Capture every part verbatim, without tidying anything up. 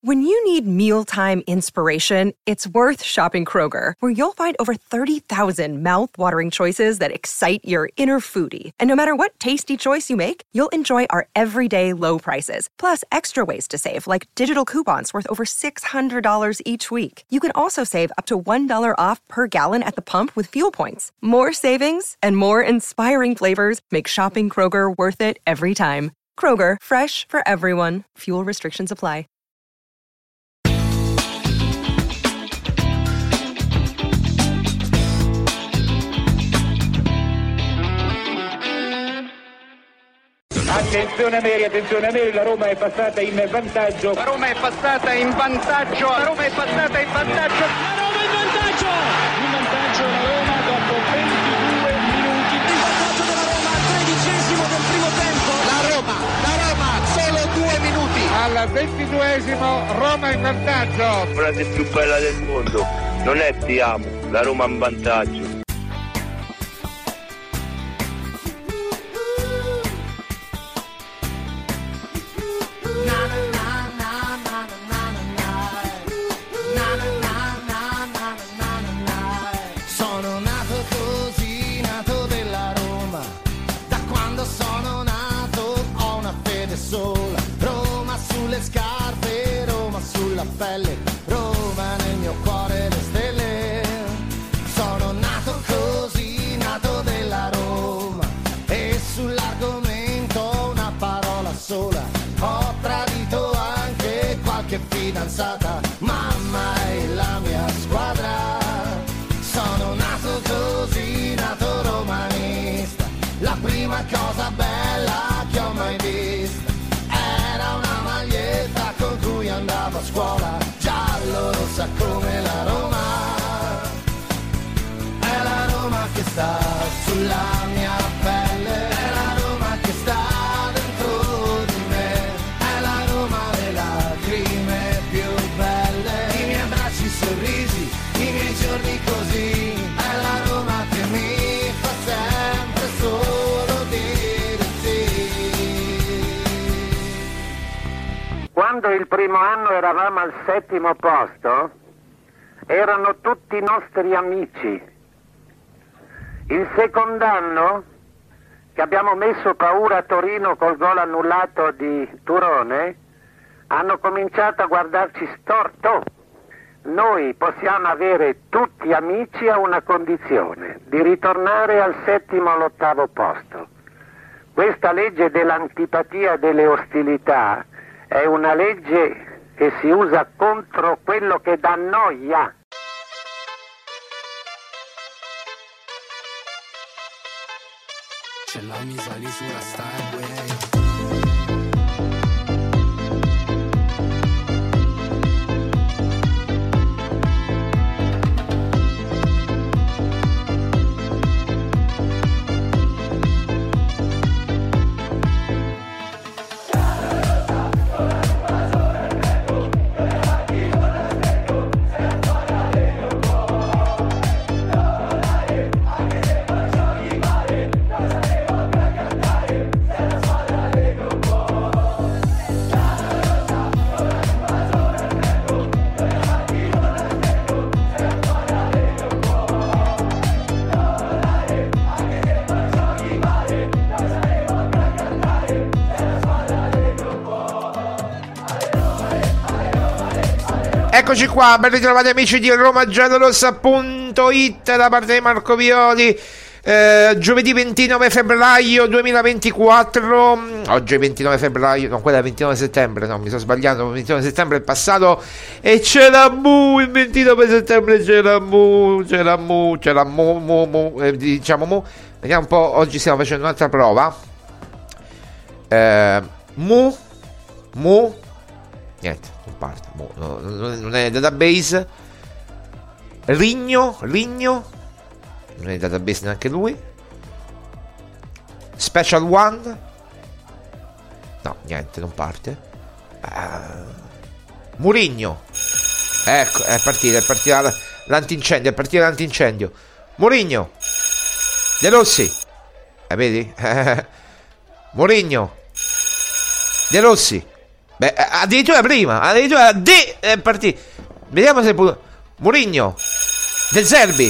When you need mealtime inspiration, it's worth shopping Kroger, where you'll find over thirty thousand mouth-watering choices that excite your inner foodie. And no matter what tasty choice you make, you'll enjoy our everyday low prices, plus extra ways to save, like digital coupons worth over six hundred dollars each week. You can also save up to one dollar off per gallon at the pump with fuel points. More savings and more inspiring flavors make shopping Kroger worth it every time. Kroger, fresh for everyone. Fuel restrictions apply. Attenzione Neri, attenzione Neri, la Roma è passata in vantaggio. La Roma è passata in vantaggio. La Roma è passata in vantaggio. La Roma in vantaggio. In vantaggio la Roma dopo ventidue minuti. Il vantaggio della Roma al tredicesimo del primo tempo. La Roma, la Roma, solo due minuti. Al ventiduesimo Roma in vantaggio. La frase più bella del mondo non è ti amo, la Roma in vantaggio. Pelle, Roma nel mio cuore le stelle. Sono nato così, nato della Roma, e sull'argomento una parola sola. Ho tradito anche qualche fidanzata, mamma è la mia squadra. Sono nato così, nato romanista. La prima cosa bella che ho mai vista era una maglietta con cui andavo a scuola, giallo rossa come la Roma. È la Roma che sta sulla mia pelle, è la Roma che sta dentro di me, è la Roma delle lacrime più belle, i miei abbracci, sorrisi, i miei giorni così, è la Roma che mi fa sempre solo dire sì. Quando il primo anno eravamo al settimo posto, erano tutti nostri amici. Il secondo anno, che abbiamo messo paura a Torino col gol annullato di Turone, hanno cominciato a guardarci storto. Noi possiamo avere tutti amici a una condizione, di ritornare al settimo o all'ottavo posto. Questa legge dell'antipatia e delle ostilità è una legge che si usa contro quello che dà noia. Ce l'ho misa lì sulla Starway. Eccoci qua, ben ritrovati amici di Roma Giallorossa punto it da parte di Marco Violi. eh, Giovedì ventinove febbraio duemilaventiquattro. Oggi è ventinove febbraio, no, quella è ventinove settembre, no, mi sto sbagliando. ventinove settembre è passato e c'era Mu. Il ventinove settembre c'era Mu, c'era Mu, c'era Mu, Mu, Mu eh, diciamo Mu. Vediamo un po', oggi stiamo facendo un'altra prova. eh, Mu Mu niente, non parte. Mo, no, non è database. Rigno, Rigno, non è database neanche lui. Special One, no, niente, non parte. uh, Murigno, ecco, è partita, è partita l'antincendio, è partita l'antincendio. Murigno, De Rossi, eh, vedi? Murigno, De Rossi, Beh, addirittura prima, addirittura De è partito. Vediamo se pu- Mourinho De Zerbi.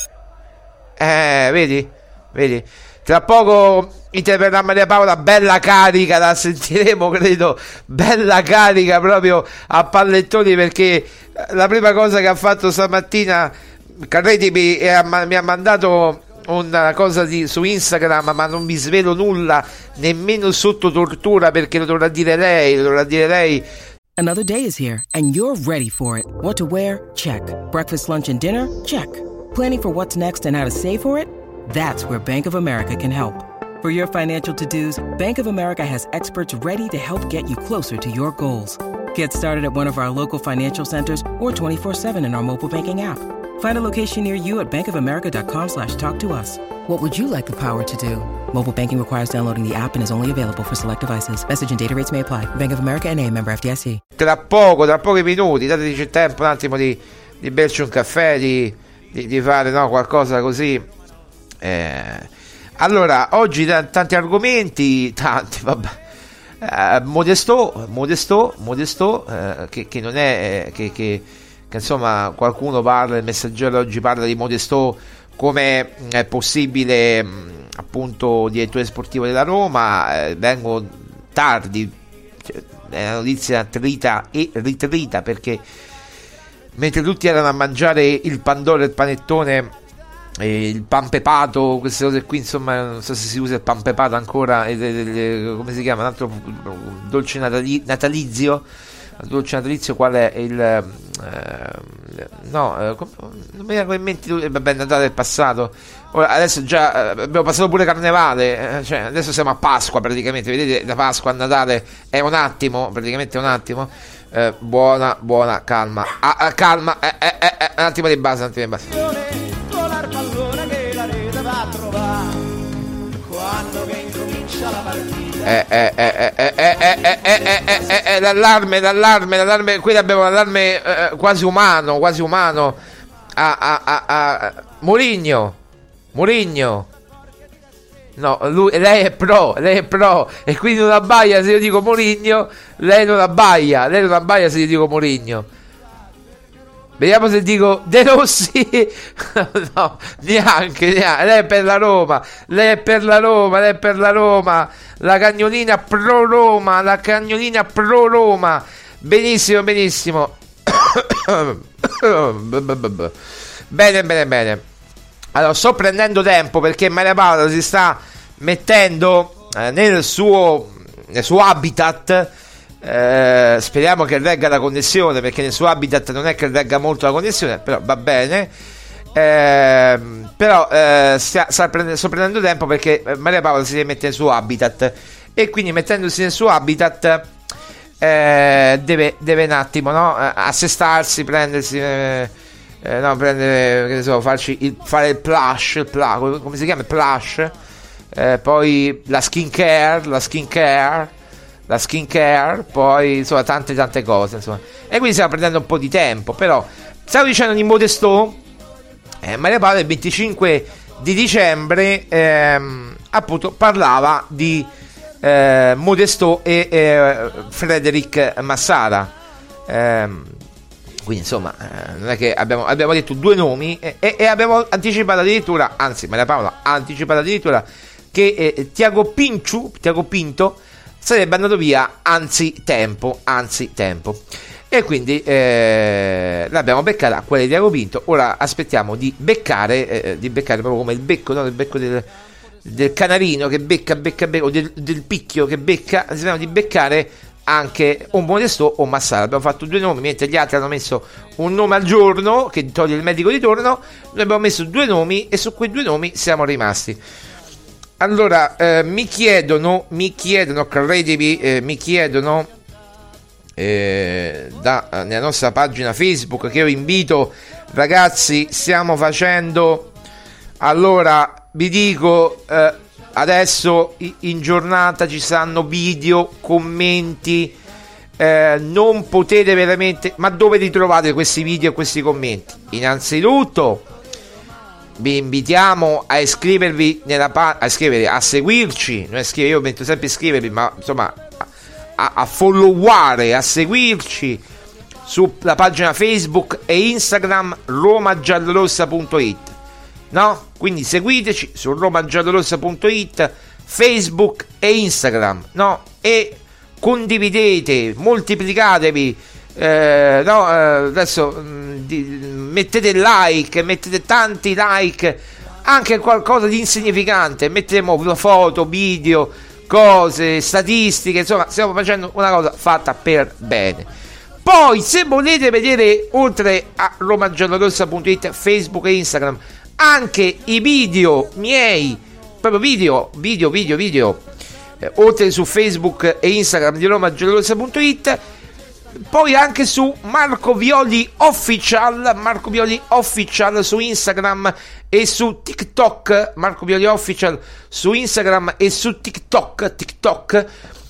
Eh, vedi? Vedi? Tra poco interverrà Maria Paola, bella carica, la sentiremo credo, bella carica proprio a pallettoni, perché la prima cosa che ha fatto stamattina Carreti mi, mi ha mandato una cosa di, su Instagram, ma non vi svelo nulla nemmeno sotto tortura, perché lo dovrà dire lei, lo dovrà dire lei. Another day is here and you're ready for it. What to wear? Check. Breakfast, lunch and dinner? Check. Planning for what's next and how to save for it? That's where Bank of America can help. For your financial to-dos, Bank of America has experts ready to help get you closer to your goals. Get started at one of our local financial centers or twenty-four seven in our mobile banking app. Find a location near you at bankofamerica.com slash talk to us. What would you like the power to do? Mobile banking requires downloading the app and is only available for select devices. Message and data rates may apply. Bank of America N A, member F D I C. Tra poco, tra pochi minuti, dateci il tempo un attimo di, di berci un caffè, di, di, di fare no, qualcosa così. Eh, allora, oggi t- tanti argomenti, tanti, vabbè. Eh, Modesto, Modesto, Modesto, eh, che, che non è, eh, che, che, che insomma qualcuno parla, il Messaggero oggi parla di Modesto come è possibile mh, appunto direttore sportivo della Roma. Eh, vengo tardi, cioè, è una notizia trita e ritrita, perché mentre tutti erano a mangiare il pandoro e il panettone, e il pan pepato, queste cose qui, insomma non so se si usa il pan pepato ancora, e, e, e, come si chiama, un altro dolce natali- natalizio dolce natalizio, qual è il eh, no eh, non mi vengo in mente, vabbè, Natale è passato, ora adesso già eh, abbiamo passato pure Carnevale, eh, cioè adesso siamo a Pasqua praticamente, vedete, da Pasqua a Natale è un attimo, praticamente un attimo. Eh, buona, buona, calma, ah, ah, calma, eh, eh, eh, un attimo di base, un attimo di base. Eh, eh, eh, eh, eh, eh, eh, eh, eh, eh, eh, l'allarme, l'allarme, l'allarme, qui abbiamo l'allarme eh, quasi umano, quasi umano. A, a, a, a Mourinho, Mourinho. No, lui, lei è pro, lei è pro, e quindi non abbaia se io dico Mourinho, lei non abbaia, lei non abbaia se io dico Mourinho. Vediamo se dico De Rossi. No, neanche, neanche. Lei è per la Roma, lei è per la Roma, lei è per la Roma. La cagnolina pro Roma, la cagnolina pro Roma. Benissimo, benissimo. Bene, bene, bene. Allora, sto prendendo tempo perché Maria Paola si sta mettendo eh, nel suo nel suo habitat. Eh, speriamo che regga la connessione, perché nel suo habitat non è che regga molto la connessione, però va bene. Eh, però eh, sta, sta prendendo, sto prendendo tempo perché Maria Paola si deve mettere nel suo habitat, e quindi mettendosi nel suo habitat eh, deve, deve un attimo, no, assestarsi, prendersi eh, eh, no, prendere, che ne so, farci il, fare il plush, il plush, come si chiama, il plush, eh, poi la skin care, la skin care la skin care, poi insomma tante tante cose, insomma. E quindi stiamo prendendo un po' di tempo. Però stavo dicendo di Modesto, eh, Maria Paola il venticinque di dicembre ehm, appunto parlava di eh, Modesto e eh, Frederic Massara, ehm, quindi insomma eh, non è che abbiamo, abbiamo detto due nomi, e, e abbiamo anticipato addirittura, anzi Maria Paola ha anticipato addirittura che eh, Tiago Pinchu, Tiago Pinto sarebbe andato via anzi tempo, anzi tempo. E quindi eh, l'abbiamo beccata quella di Tiago Pinto. Ora aspettiamo di beccare, eh, di beccare proprio come il becco, no? Il becco del, del canarino che becca, becca, becca, o del, del picchio che becca. Speriamo di beccare anche un Modesto o Massara. Abbiamo fatto due nomi, mentre gli altri hanno messo un nome al giorno che toglie il medico di torno. Noi abbiamo messo due nomi e su quei due nomi siamo rimasti. Allora, eh, mi chiedono, mi chiedono, credevi, eh, mi chiedono eh, da, nella nostra pagina Facebook, che io invito, ragazzi, stiamo facendo, allora, vi dico, eh, adesso in giornata ci saranno video, commenti, eh, non potete veramente, ma dove li trovate questi video e questi commenti? Innanzitutto vi invitiamo a iscrivervi nella pa- a iscrivervi, a seguirci, non a iscrivervi, io metto sempre iscrivervi, ma insomma a, a, a followare, a seguirci sulla pagina Facebook e Instagram romagiallorossa punto it, no? Quindi seguiteci su romagiallorossa punto it, Facebook e Instagram, no? E condividete, moltiplicatevi, eh, no? Eh, adesso mh, di, mettete like, mettete tanti like, anche qualcosa di insignificante, metteremo foto, video, cose, statistiche, insomma stiamo facendo una cosa fatta per bene. Poi se volete vedere, oltre a romagiallorossa punto it, Facebook e Instagram, anche i video miei, proprio video, video, video, video, eh, oltre su Facebook e Instagram di romagiallorossa punto it, poi anche su Marco Violi Official, Marco Violi Official su Instagram e su TikTok, Marco Violi Official su Instagram e su TikTok, TikTok,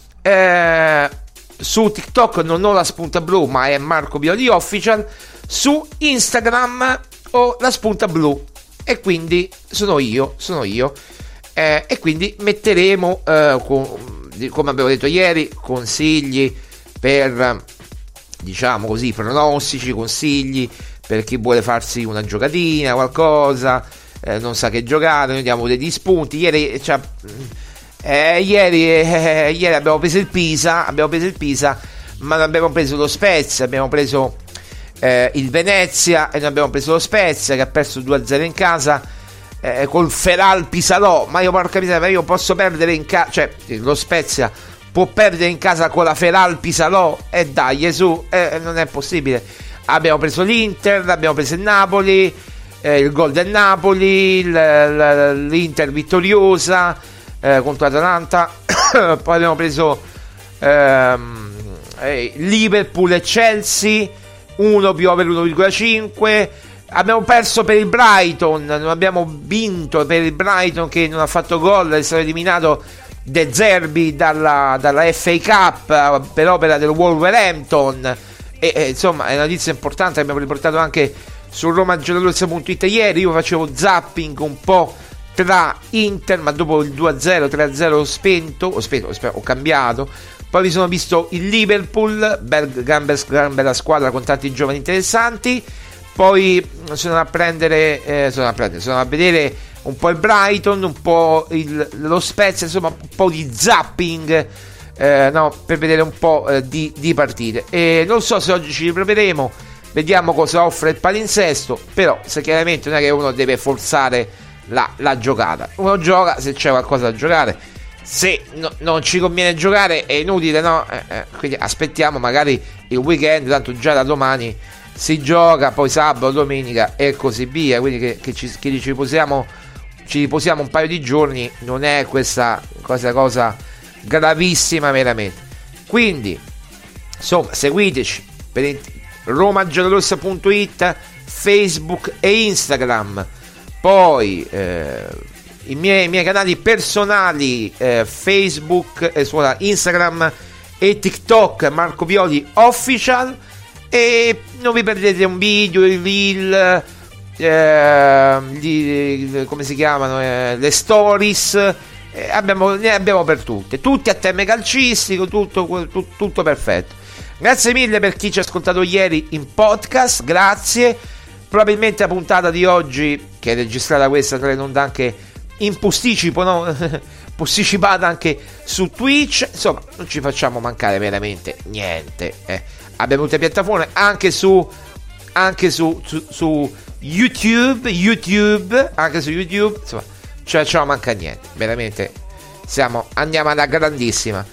eh, su TikTok non ho la spunta blu, ma è Marco Violi Official, su Instagram ho la spunta blu, e quindi sono io, sono io, eh, e quindi metteremo, eh, con, come abbiamo detto ieri, consigli per, diciamo così, pronostici, consigli per chi vuole farsi una giocatina, qualcosa, eh, non sa che giocare, noi diamo degli spunti. Ieri, cioè, eh, ieri, eh, ieri abbiamo preso il Pisa, abbiamo preso il Pisa, ma non abbiamo preso lo Spezia, abbiamo preso eh, il Venezia e non abbiamo preso lo Spezia, che ha perso due a zero in casa, eh, col Feral Pisalò. Ma io, porca miseria, io posso perdere in casa, cioè lo Spezia può perdere in casa con la Feral Pisalò, e eh, dai, su, eh, non è possibile. Abbiamo preso l'Inter, abbiamo preso il Napoli, eh, il gol del Napoli, l- l- l'Inter vittoriosa eh, contro l'Atalanta, poi abbiamo preso ehm, eh, Liverpool e Chelsea, uno più over uno virgola cinque, abbiamo perso per il Brighton, non abbiamo vinto per il Brighton che non ha fatto gol, è stato eliminato De Zerbi dalla, dalla F A Cup per opera del Wolverhampton. E, e insomma è una notizia importante, abbiamo riportato anche su romagiallorossa punto it ieri. Io facevo zapping un po' tra Inter, ma dopo il due a zero, tre a zero ho spento, ho spento, ho, spento, ho cambiato. Poi mi sono visto il Liverpool, bel, gran, gran bella squadra con tanti giovani interessanti. Poi sono a prendere, eh, sono a prendere, sono a vedere un po' il Brighton, un po' il, lo Spezia, insomma un po' di zapping, eh, no, per vedere un po' eh, di, di partite. E non so se oggi ci riproveremo, vediamo cosa offre il palinsesto, però se chiaramente non è che uno deve forzare la, la giocata, uno gioca se c'è qualcosa da giocare, se no, non ci conviene giocare è inutile, no? Eh, eh, quindi aspettiamo magari il weekend, tanto già da domani si gioca, poi sabato, domenica e così via, quindi che, che, ci, che ci riposiamo ci riposiamo un paio di giorni non è questa cosa, cosa gravissima veramente. Quindi insomma seguiteci per romagiallorossa punto it, Facebook e Instagram, poi eh, i, miei, i miei canali personali, eh, Facebook, eh, suona Instagram e TikTok, Marco Violi Official, e non vi perdete un video, il reel, eh, gli, come si chiamano, eh, le stories, eh, abbiamo, ne abbiamo per tutte, tutti a tema calcistico, tutto, tutto, tutto perfetto. Grazie mille per chi ci ha ascoltato ieri in podcast, grazie. Probabilmente la puntata di oggi, che è registrata questa, sarà in onda anche in posticipo, no? Posticipata anche su Twitch. Insomma, non ci facciamo mancare veramente niente, eh. Abbiamo tutte le piattaforme, anche su anche su, su, su YouTube, YouTube, anche su YouTube, insomma, cioè ce non manca niente, veramente siamo, andiamo alla grandissima.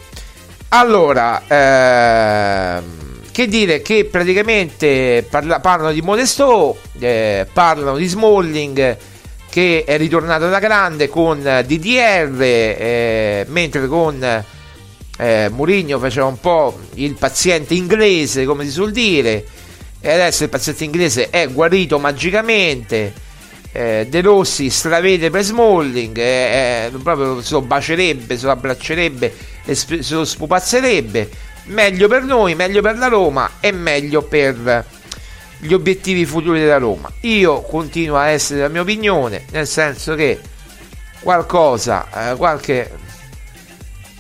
Allora, ehm, che dire, che praticamente parla, parlano di Modesto, eh, parlano di Smalling che è ritornato da grande con D D R, eh, mentre con eh, Mourinho faceva un po' il paziente inglese, come si suol dire, e adesso il paziente inglese è guarito magicamente. eh, De Rossi stravede per Smalling, eh, eh, proprio se lo bacerebbe, se lo abbraccerebbe e sp- se lo spupazzerebbe. Meglio per noi, meglio per la Roma e meglio per gli obiettivi futuri della Roma. Io continuo a essere della mia opinione, nel senso che qualcosa, eh, qualche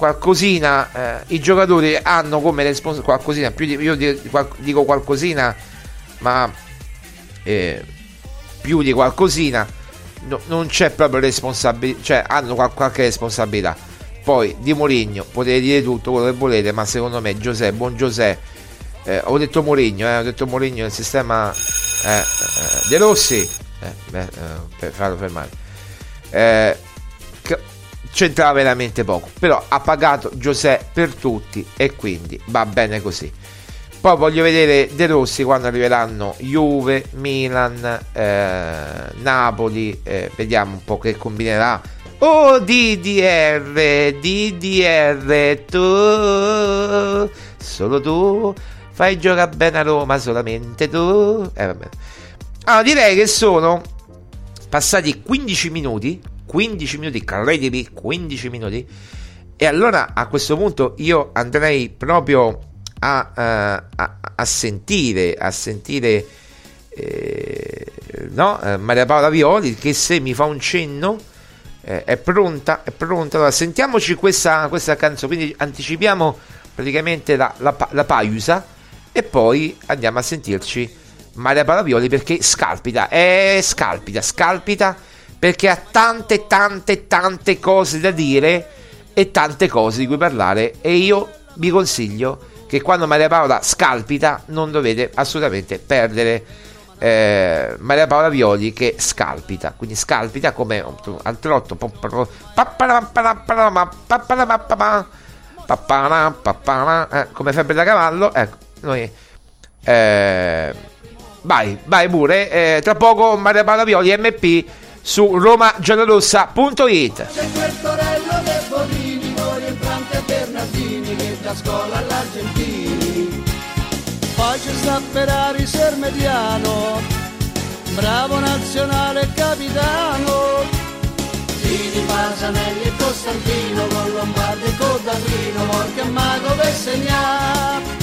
qualcosina, eh, i giocatori hanno come responsabilità, qualcosina, più di, io dico qualcosina, ma eh, più di qualcosina, no, non c'è proprio responsabilità, cioè hanno qual- qualche responsabilità. Poi di Mourinho potete dire tutto quello che volete, ma secondo me Giuseppe, buon Giuseppe, eh, ho detto Mourinho, eh, ho detto Mourinho nel sistema eh, eh, De Rossi, eh, beh, eh, per farlo fermare, eh, c'entrava veramente poco, però ha pagato Giuseppe per tutti e quindi va bene così. Poi voglio vedere De Rossi quando arriveranno Juve, Milan, eh, Napoli, eh, vediamo un po' che combinerà. Oh D D R, D D R, tu, solo tu fai giocare bene a Roma, solamente tu. Eh, vabbè. Allora direi che sono passati quindici minuti, quindici minuti, credimi, quindici minuti, e allora a questo punto io andrei proprio a, uh, a, a sentire, a sentire eh, no? eh, Maria Paola Violi, che se mi fa un cenno eh, è pronta, è pronta. Allora sentiamoci questa, questa canzone, quindi anticipiamo praticamente la, la, la pausa e poi andiamo a sentirci Maria Paola Violi, perché scalpita, è scalpita, scalpita perché ha tante tante tante cose da dire e tante cose di cui parlare, e io vi consiglio che quando Maria Paola scalpita non dovete assolutamente perdere eh, Maria Paola Violi che scalpita, quindi scalpita come al trotto, eh, come febbre da cavallo. Ecco, noi eh, vai, vai pure, eh, tra poco Maria Paola Violi M P su roma giallorossa punto it. C'è quel torello dei Bonini, noi Infranti e Bernardini che da scuola all'Argentini. Poi c'è sta Ferrari Sermediano, bravo nazionale capitano. Gini, Pasanelli e Costantino, con Lombardi e Codatrino, Morca e Mago per segnare.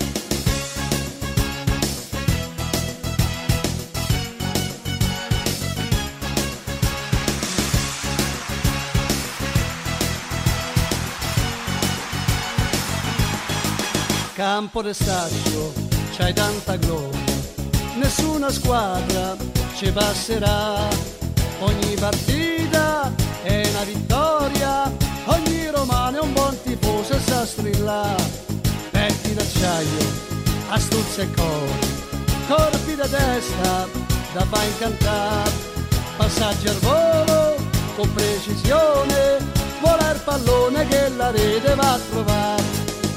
Campo de Staccio, c'hai tanta gloria, nessuna squadra ci passerà. Ogni partita è una vittoria, ogni romano è un buon tifoso e sa strillare. Petti d'acciaio, astuzia e cori, corpi da testa da fa incantare. Passaggi al volo con precisione, vola il pallone che la rete va a trovare.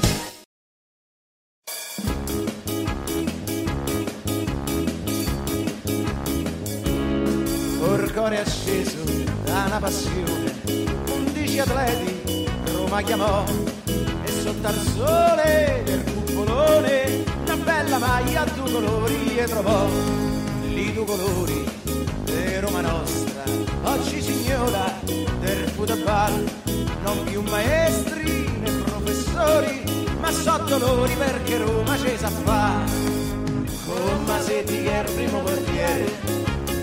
Cuore acceso da una passione, undici atleti Roma chiamò, e sotto al sole del cupolone una bella maglia a due colori e trovò. Lì due colori di Roma nostra, oggi signora del football, non più maestri né professori, ma so dolori perché Roma ci sa fa. Con Masetti che è il primo portiere.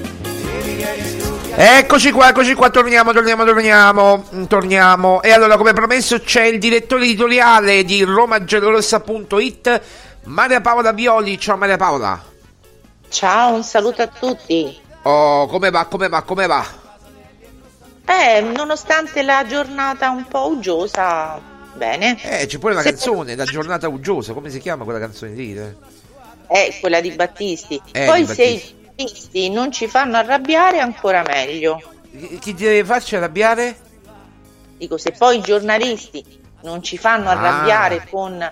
Eccoci qua, eccoci qua, torniamo, torniamo, torniamo, torniamo. E allora, come promesso, c'è il direttore editoriale di roma giallorossa punto it, Maria Paola Violi. Ciao Maria Paola. Ciao, un saluto a tutti. Oh, come va, come va, come va? Eh, nonostante la giornata un po' uggiosa, bene. Eh, c'è pure la Se... canzone, La giornata uggiosa, come si chiama quella canzone di te? Eh, quella di Battisti. Eh, Poi di se Battisti. i giornalisti non ci fanno arrabbiare, ancora meglio. Chi deve farci arrabbiare? Dico, se poi i giornalisti non ci fanno arrabbiare ah. con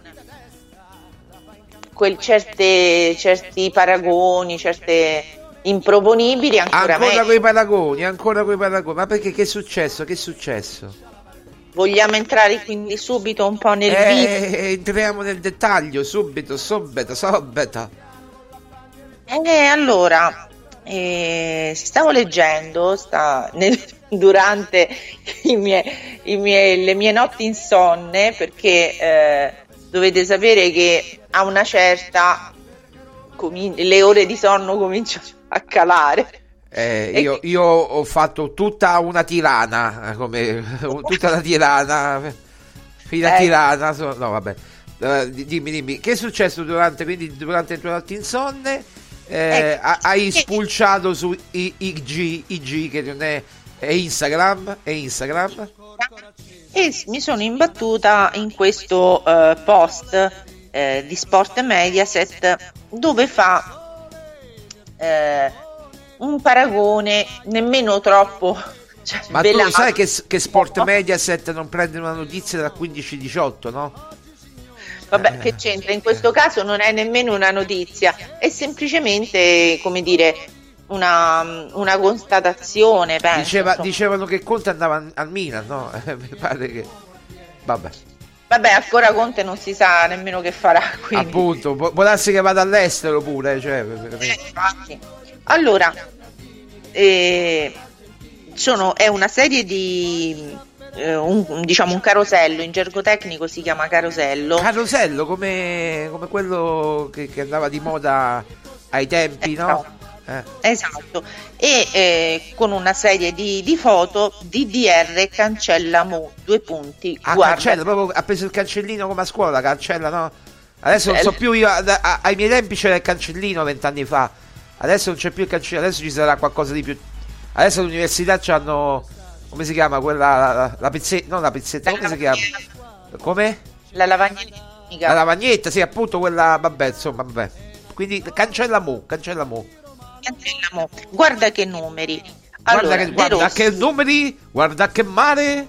quel certe, certi paragoni, certe improponibili, ancora, ancora meglio. quei paragoni, ancora quei paragoni. Ma perché, che è successo? Che è successo? Vogliamo entrare quindi subito un po' nel eh, vivo? Entriamo nel dettaglio, subito, subito, subito. Eh, allora, eh, stavo leggendo sta, nel, durante i miei, i miei, le mie notti insonne, perché eh, dovete sapere che a una certa com- le ore di sonno cominciano a calare. Eh, io, io ho fatto tutta una tirana, come tutta la tirana. Fila tirata, so, no vabbè. Uh, dimmi, dimmi, che è successo durante, quindi, durante il tuo notte insonne? Eh, ecco, hai che... spulciato su I G, I G che non è, è Instagram, è Instagram? E mi sono imbattuta in questo uh, post uh, di Sport Mediaset dove fa uh, un paragone nemmeno troppo, cioè, ma velato. Tu sai che, che Sport Mediaset non prende una notizia da quindici diciotto, no? Vabbè, che c'entra? In questo caso non è nemmeno una notizia, è semplicemente, come dire, una, una constatazione, penso. Diceva, dicevano che Conte andava al Milan, no? Mi pare che... Vabbè. Vabbè, ancora Conte non si sa nemmeno che farà, quindi. Appunto, pu- può darsi che vada all'estero pure, cioè... Eh, infatti. Allora, eh, sono, è una serie di... Un, diciamo un carosello, in gergo tecnico si chiama carosello. Carosello come, come quello che, che andava di moda ai tempi, esatto. no? Eh. Esatto. E eh, con una serie di, di foto D D R cancella Mu, due punti. Ah, guarda. cancella, proprio ha preso il cancellino come a scuola, cancella, no? Adesso non so più io, a, a, ai miei tempi c'era il cancellino vent'anni fa, adesso non c'è più il cancellino, adesso ci sarà qualcosa di più. Adesso all'università c'hanno... Come si chiama quella, la, la pizzetta, non la pizzetta, come si chiama? Come? La lavagnetta. La lavagnetta, sì, appunto quella, vabbè, insomma, vabbè. Quindi cancella Mu, cancella Mu. Cancella Mu. Guarda che numeri. Allora, guarda che, guarda che numeri, guarda che mare.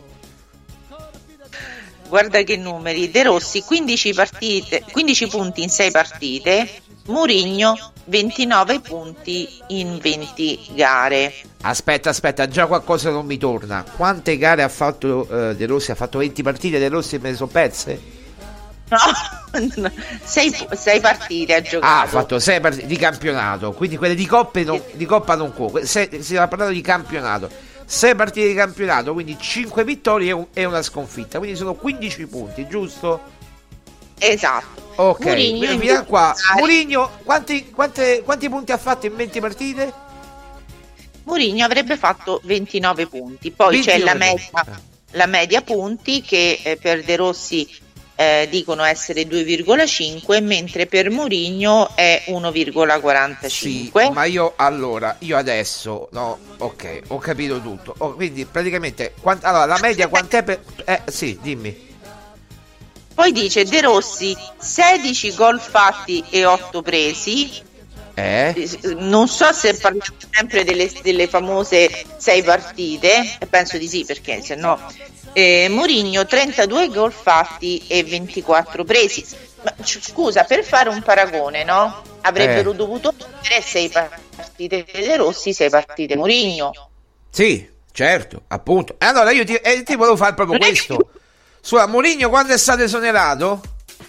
Guarda che numeri. De Rossi quindici partite, quindici punti in sei partite. Mourinho ventinove punti in venti gare. Aspetta, aspetta, già qualcosa non mi torna. Quante gare ha fatto uh, De Rossi? Ha fatto venti partite, De Rossi me ne sono perse? No, sei, sei partite ha giocato. Ah, ha fatto sei partite di campionato, quindi quelle di, coppe non, di Coppa non cuoco. Si sta parlando di campionato. sei partite di campionato, quindi cinque vittorie e una sconfitta, quindi sono quindici punti, giusto? Esatto. Ok, Mourinho, via qua. Mourinho quanti, quante, quanti punti ha fatto in venti partite? Mourinho avrebbe fatto ventinove punti. Poi c'è la media, la media punti che eh, per De Rossi eh, dicono essere due virgola cinque, mentre per Mourinho è uno virgola quarantacinque. Sì, ma io allora, io adesso, no, ok, ho capito tutto. Oh, quindi praticamente, quant- allora la media quant'è per... Eh, sì, dimmi. Poi dice De Rossi sedici gol fatti e otto presi. Eh? Non so se parliamo sempre delle, delle famose sei partite, penso di sì, perché se no eh, Mourinho trentadue gol fatti e ventiquattro presi. Ma scusa, per fare un paragone, no? Avrebbero eh. dovuto mettere sei partite De Rossi, sei partite Mourinho. Sì, certo, appunto. E allora io ti, eh, ti volevo fare proprio non questo. Sulla Mourinho quando è stato esonerato?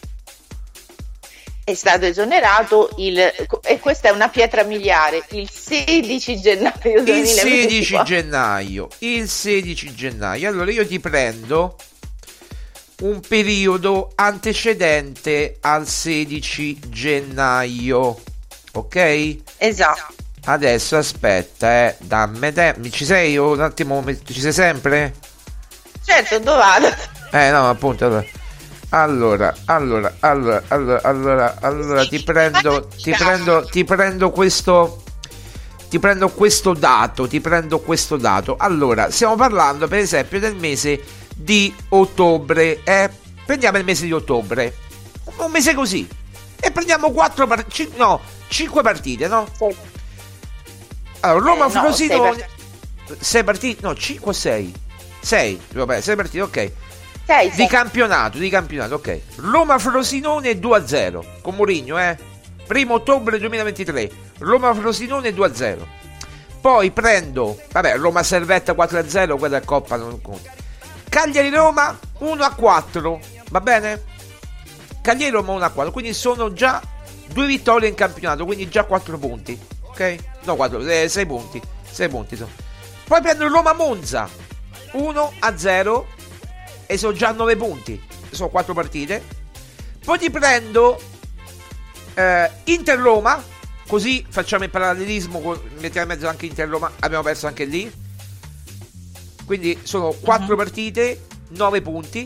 È stato esonerato il, e questa è una pietra miliare, il sedici gennaio il sedici gennaio il sedici gennaio. Allora io ti prendo un periodo antecedente al sedici gennaio, ok? Esatto. Adesso aspetta, eh dammi tempo. Ci sei un attimo? Ci sei sempre? Certo, dove vado? Eh no, appunto. Allora Allora, allora, allora, allora, allora, allora ti prendo, ti prendo, ti prendo questo, ti prendo questo dato, ti prendo questo dato. Allora, stiamo parlando per esempio del mese di ottobre, eh? Prendiamo il mese di ottobre, un mese così, e prendiamo quattro partite, no, cinque partite, no? Sì. Allora, Roma eh, no, Frosinone, sei, part- sei partite, no, cinque o sei? sei, vabbè, sei partite, ok. Sei, di sei. campionato, di campionato, ok. Roma Frosinone due a zero con Mourinho, eh. primo ottobre duemilaventitré. Roma Frosinone due a zero. Poi prendo, vabbè, Roma Servetta quattro a zero, quella è Coppa non conta. Cagliari Roma uno a quattro, va bene? Cagliari Roma uno a quattro, quindi sono già due vittorie in campionato, quindi già quattro punti, ok? No, quattro, eh, sei punti, sei punti sono. Poi prendo Roma Monza uno a zero e sono già nove punti, sono quattro partite. Poi ti prendo eh, Inter Roma, così facciamo il parallelismo con, mettiamo in mezzo anche Inter Roma, abbiamo perso anche lì, quindi sono quattro uh-huh. partite, nove punti.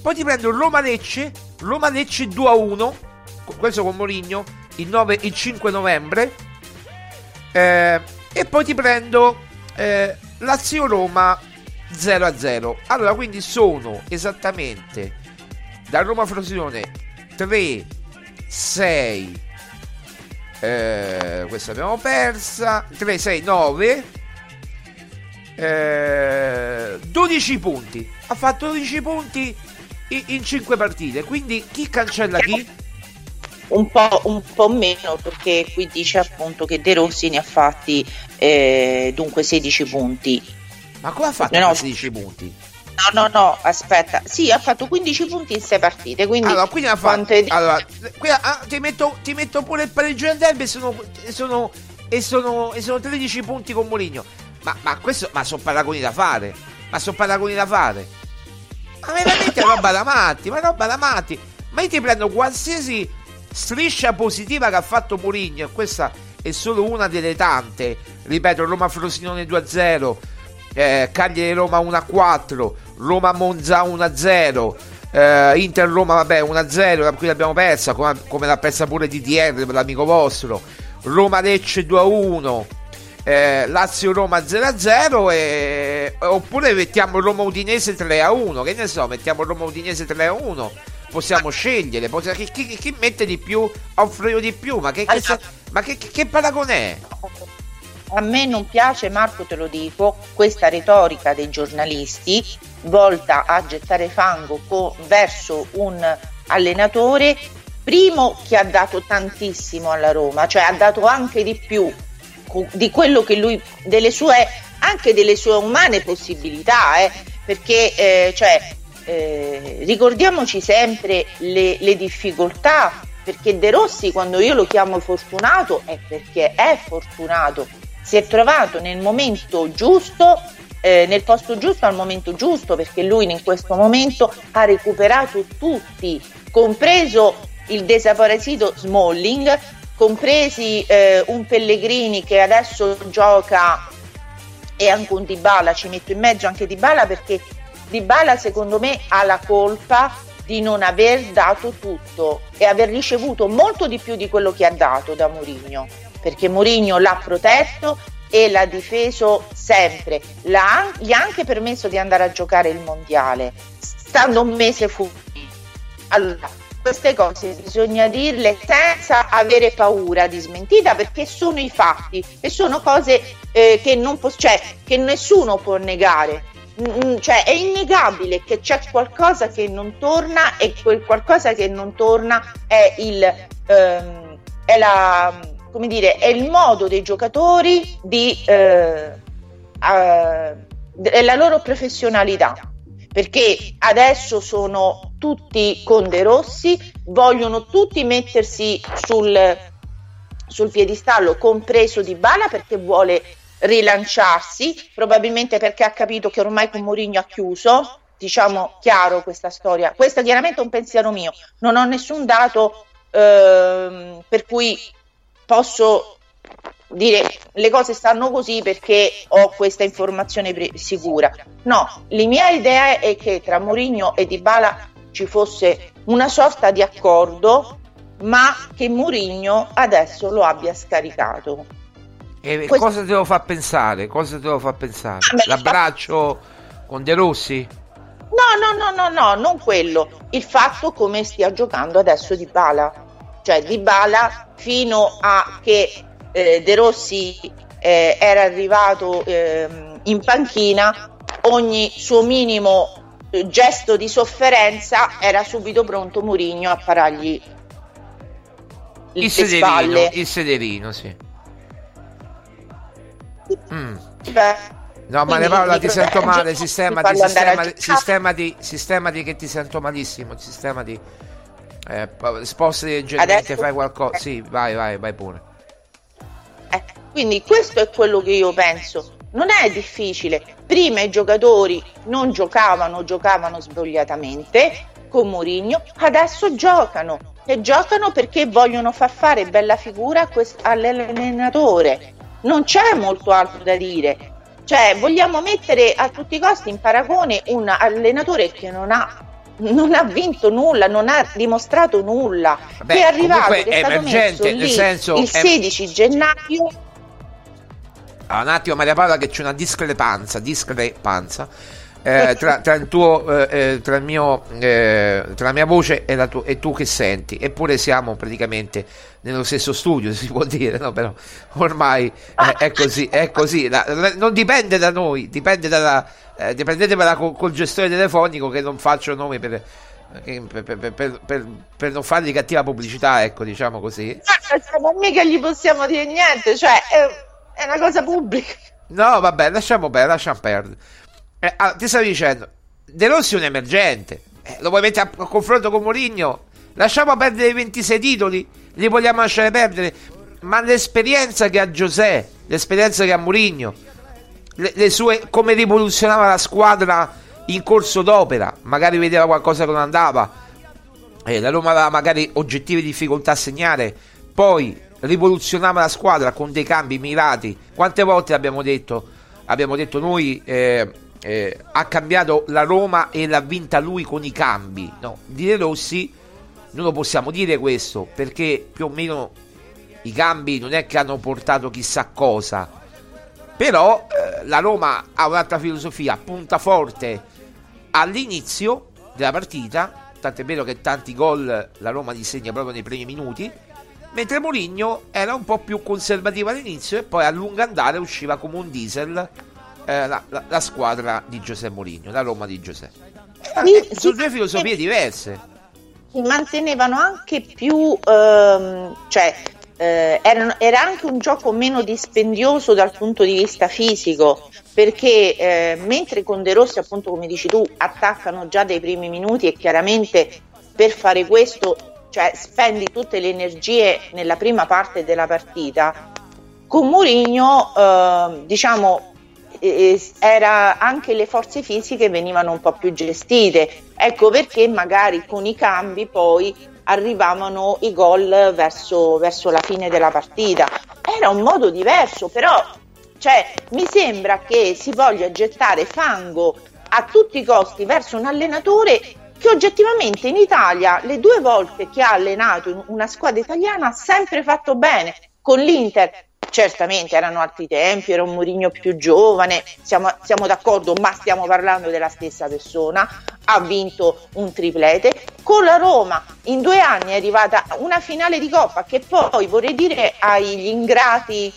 poi ti prendo Roma-Lecce, Roma-Lecce due a uno, questo con Mourinho, il, nove, il cinque novembre, eh, e poi ti prendo eh, Lazio-Roma zero a zero. Allora, quindi sono esattamente da Roma-Frosinone tre, sei, eh, questa abbiamo persa, tre, sei, nove, eh, dodici punti. Ha fatto dodici punti in, in cinque partite. Quindi chi cancella chi? Un po', un po' meno, perché qui dice appunto che De Rossi ne ha fatti eh, dunque sedici punti. Ma come ha fatto no, sedici punti? No, no, no, aspetta. Sì, ha fatto quindici punti in sei partite. Quindi, allora, quindi ha fatto. È... Allora, qui, ah, ti, metto, ti metto pure il pareggio del derby e sono, e sono, e sono, e sono tredici punti con Mourinho. Ma, ma questo, ma sono paragoni da fare. Ma sono paragoni da fare. Ma veramente è roba da matti. Ma roba da matti. Ma io ti prendo qualsiasi striscia positiva che ha fatto Mourinho, e questa è solo una delle tante. Ripeto, Roma-Frosinone due a zero. Eh, Cagliari-Roma uno a quattro, Roma-Monza uno a zero, eh, Inter-Roma vabbè uno a zero, qui l'abbiamo persa come, come l'ha persa pure D T R per l'amico vostro, Roma-Lecce due a uno, eh, Lazio-Roma zero a zero, e, oppure mettiamo Roma-Udinese tre a uno, che ne so, mettiamo Roma-Udinese tre a uno, possiamo scegliere, possiamo, chi, chi, chi mette di più offre io di più, ma che, che, ma che, che, che paragone è? A me non piace, Marco, te lo dico, questa retorica dei giornalisti volta a gettare fango co- verso un allenatore, primo, che ha dato tantissimo alla Roma, cioè ha dato anche di più co- di quello che lui, delle sue, anche delle sue umane possibilità, eh, perché eh, cioè, eh, ricordiamoci sempre le, le difficoltà, perché De Rossi, quando io lo chiamo fortunato, è perché è fortunato. Si è trovato nel momento giusto, eh, nel posto giusto al momento giusto, perché lui in questo momento ha recuperato tutti, compreso il desaparecido Smalling, compresi eh, un Pellegrini che adesso gioca, e anche un Dybala, ci metto in mezzo anche Dybala, perché Dybala secondo me ha la colpa di non aver dato tutto e aver ricevuto molto di più di quello che ha dato da Mourinho, perché Mourinho l'ha protetto e l'ha difeso sempre, l'ha, gli ha anche permesso di andare a giocare il mondiale stando un mese fuori. Allora, queste cose bisogna dirle senza avere paura di smentita, perché sono i fatti e sono cose eh, che, non po- cioè, che nessuno può negare. Mm, cioè è innegabile che c'è qualcosa che non torna, e quel qualcosa che non torna è il ehm, è la come dire, è il modo dei giocatori di eh, eh, è la loro professionalità, perché adesso sono tutti con De Rossi, vogliono tutti mettersi sul, sul piedistallo, compreso Dybala, perché vuole rilanciarsi, probabilmente perché ha capito che ormai con Mourinho ha chiuso, diciamo chiaro questa storia. Questo chiaramente è un pensiero mio, non ho nessun dato ehm, per cui posso dire le cose stanno così perché ho questa informazione pre- sicura. No, la mia idea è che tra Mourinho e Dybala ci fosse una sorta di accordo, ma che Mourinho adesso lo abbia scaricato. E Questo... cosa te lo fa pensare? Cosa te lo fa pensare? Ah, l'abbraccio fa... con De Rossi? No, no, no, no, no, non quello. Il fatto come stia giocando adesso Dybala. Cioè Dybala, fino a che eh, De Rossi eh, era arrivato eh, in panchina, ogni suo minimo eh, gesto di sofferenza era subito pronto Mourinho a parargli il le sederino, spalle. Il sederino, sì. Mm. Beh, no, ma ne parla, ti sento male, sistema di sistema, sistema di sistema di che ti sento malissimo, il sistema di eh, sposti leggermente, adesso... fai qualcosa. Sì, vai, vai, vai pure. Eh, quindi questo è quello che io penso. Non è difficile. Prima i giocatori non giocavano, giocavano svogliatamente con Mourinho, adesso giocano e giocano perché vogliono far fare bella figura a quest- all'allenatore. Non c'è molto altro da dire. Cioè, vogliamo mettere a tutti i costi in paragone un allenatore che non ha non ha vinto nulla, non ha dimostrato nulla. Vabbè, è arrivato, è, è stato emergente, messo nel lì senso il è... sedici gennaio. Ah, un attimo Maria Paola, che c'è una discrepanza, discrepanza eh, tra, tra il tuo, eh, tra il mio, eh, tra la mia voce e, la tu, e tu che senti. Eppure siamo praticamente nello stesso studio, si può dire, no? Però ormai eh, è così, è così. La, la, non dipende da noi, dipende dalla, eh, prendetevela col, col gestore telefonico, che non faccio nomi per, per, per, per, per, per non fargli cattiva pubblicità, ecco, diciamo così. Ma mica gli possiamo dire niente, cioè è, è una cosa pubblica. No, vabbè, lasciamo perdere, lasciamo perdere. Eh, ah, ti stavo dicendo, De Rossi è un emergente, eh, lo vuoi mettere a, a confronto con Mourinho? Lasciamo perdere i ventisei titoli, li vogliamo lasciare perdere, ma l'esperienza che ha José, l'esperienza che ha Mourinho, le, le sue, come rivoluzionava la squadra in corso d'opera, magari vedeva qualcosa che non andava, eh, la Roma aveva magari oggettive difficoltà a segnare, poi rivoluzionava la squadra con dei cambi mirati. Quante volte abbiamo detto, abbiamo detto noi, eh, eh, ha cambiato la Roma e l'ha vinta lui con i cambi. No, di De Rossi non lo possiamo dire questo, perché più o meno i cambi non è che hanno portato chissà cosa, però eh, la Roma ha un'altra filosofia, punta forte all'inizio della partita, tant'è vero che tanti gol la Roma li segna proprio nei primi minuti, mentre Mourinho era un po' più conservativo all'inizio e poi a lungo andare usciva come un diesel eh, la, la, la squadra di José Mourinho, la Roma di José. Eh, sono due filosofie diverse. Si mantenevano anche più, ehm, cioè eh, erano, era anche un gioco meno dispendioso dal punto di vista fisico, perché eh, mentre con De Rossi, appunto come dici tu, attaccano già dai primi minuti e chiaramente per fare questo, cioè spendi tutte le energie nella prima parte della partita, con Mourinho eh, diciamo eh, era anche le forze fisiche venivano un po' più gestite, ecco perché magari con i cambi poi arrivavano i gol verso, verso la fine della partita. Era un modo diverso, però cioè, mi sembra che si voglia gettare fango a tutti i costi verso un allenatore che oggettivamente in Italia le due volte che ha allenato una squadra italiana ha sempre fatto bene. Con l'Inter certamente erano altri tempi, era un Mourinho più giovane, siamo, siamo d'accordo, ma stiamo parlando della stessa persona, ha vinto un triplete. Con la Roma in due anni è arrivata una finale di Coppa, che poi vorrei dire agli ingrati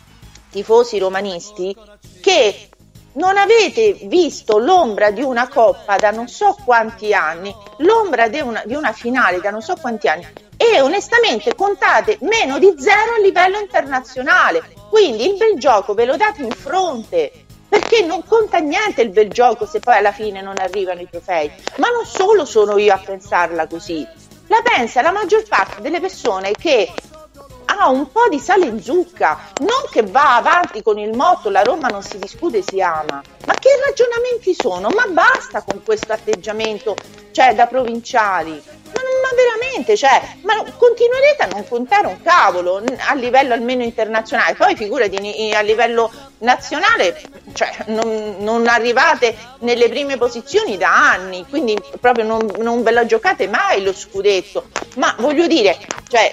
tifosi romanisti che non avete visto l'ombra di una Coppa da non so quanti anni, l'ombra di una, di una finale da non so quanti anni, e onestamente contate meno di zero a livello internazionale. Quindi il bel gioco ve lo date in fronte, perché non conta niente il bel gioco se poi alla fine non arrivano i trofei. Ma non solo sono io a pensarla così, la pensa la maggior parte delle persone che ha un po' di sale in zucca, non che va avanti con il motto la Roma non si discute, si ama. Ma che ragionamenti sono? Ma basta con questo atteggiamento, cioè da provinciali. Ma, ma veramente, cioè, ma continuerete a non contare un cavolo a livello almeno internazionale, poi figurati a livello nazionale, cioè non, non arrivate nelle prime posizioni da anni, quindi proprio non, non ve la giocate mai lo scudetto. Ma voglio dire, cioè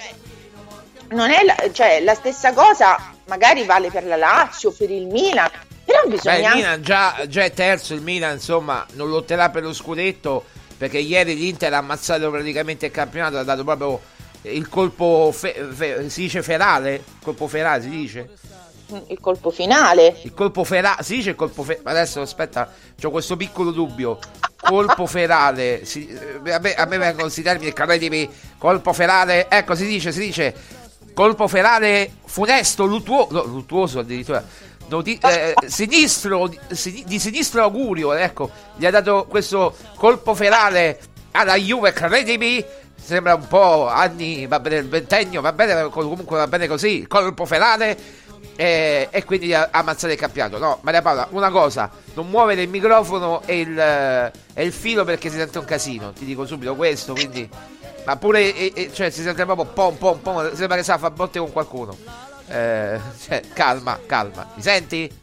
non è la, cioè, la stessa cosa magari vale per la Lazio, per il Milan, però bisogna. Beh, il Milan già, già è terzo, il Milan insomma non lotterà per lo scudetto, perché ieri l'Inter ha ammazzato praticamente il campionato, ha dato proprio il colpo fe, fe, si dice ferale, colpo ferale si dice? Il colpo finale. Il colpo ferale, si dice il colpo ferale, adesso aspetta, c'ho questo piccolo dubbio. Colpo ferale, si, a, me, a me vengono questi termini, credimi, colpo ferale, ecco si dice, si dice colpo ferale funesto, luttuoso, no, luttuoso addirittura, no, di, eh, sinistro, di, di sinistro augurio, ecco, gli ha dato questo colpo ferale alla Juve, credimi, sembra un po' anni, va bene il ventennio, va bene, comunque va bene così, colpo ferale, eh, e quindi ha ammazzato il campionato. No, Maria Paola, una cosa, non muovere il microfono e il, e il filo perché si sente un casino, ti dico subito questo, quindi... Ma pure, e, e, cioè, si sente proprio pom pom pom, sembra che sa fa botte con qualcuno. Eh, cioè, calma, calma. Mi senti?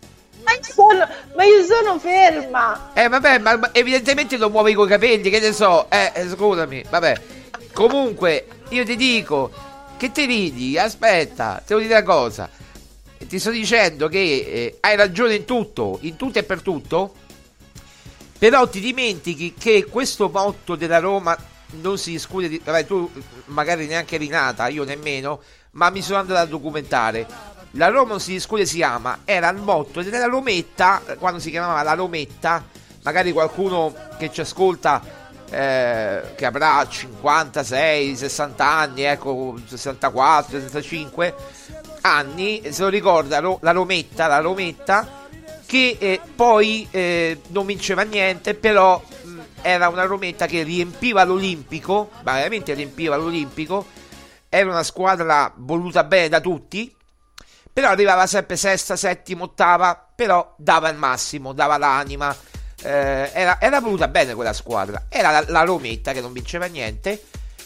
Ma io sono, ma io sono ferma. Eh vabbè, ma evidentemente lo muovi coi capelli, che ne so. Eh, eh scusami, vabbè. Comunque, io ti dico, che ti ridi? Aspetta, te lo dico una cosa. Ti sto dicendo che eh, hai ragione in tutto, in tutto e per tutto. Però ti dimentichi che questo motto della Roma non si discute di... Vabbè, tu magari neanche eri nata, io nemmeno, ma mi sono andato a documentare. La Roma non si discute, si ama, era il motto della Rometta, quando si chiamava la Rometta. Magari qualcuno che ci ascolta, eh, che avrà cinquantasei, sessanta anni, ecco, sessantaquattro, sessantacinque anni, se lo ricorda, la Rometta, la Rometta, che eh, poi eh, non vinceva niente, però mh, era una Rometta che riempiva l'Olimpico, ma veramente riempiva l'Olimpico, era una squadra voluta bene da tutti, però arrivava sempre sesta, settima, ottava, però dava il massimo, dava l'anima, eh, era, era voluta bene quella squadra, era la, la Rometta che non vinceva niente,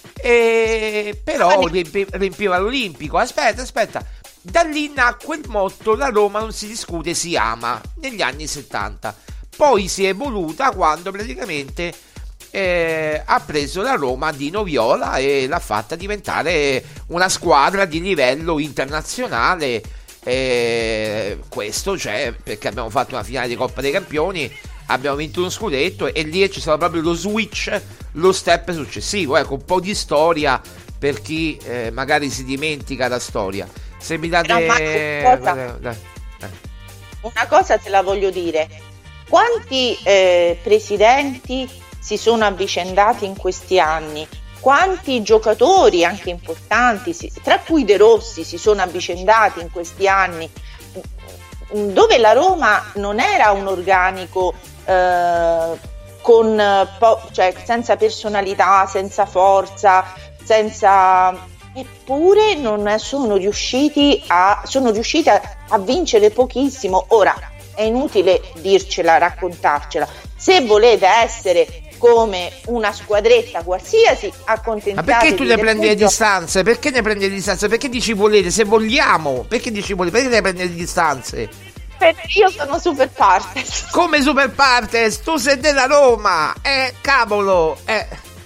e però riempi, riempiva l'Olimpico. Aspetta, aspetta, da lì nacque il motto la Roma non si discute, si ama, negli anni settanta. Poi si è evoluta quando praticamente eh, ha preso la Roma di Noviola e l'ha fatta diventare una squadra di livello internazionale. Eh, questo c'è perché abbiamo fatto una finale di Coppa dei Campioni, abbiamo vinto uno scudetto e lì c'è stato proprio lo switch, lo step successivo. Ecco, un po' di storia per chi eh, magari si dimentica la storia. Se mi date una cosa, una cosa te la voglio dire: quanti eh, presidenti si sono avvicendati in questi anni, quanti giocatori anche importanti, tra cui De Rossi, si sono avvicendati in questi anni, dove la Roma non era un organico eh, con po- cioè senza personalità, senza forza, senza... eppure non sono riusciti a sono riusciti a, a vincere pochissimo. Ora è inutile dircela, raccontarcela. Se volete essere come una squadretta qualsiasi, accontentatevi. Ma perché tu ne prendi le tutto. distanze? Perché ne prendi le distanze? Perché dici volete? Se vogliamo, perché dici volete? Perché ne prendi le distanze? Perché io sono super partes. Come super partes? Tu sei della Roma, eh, cavolo, eh.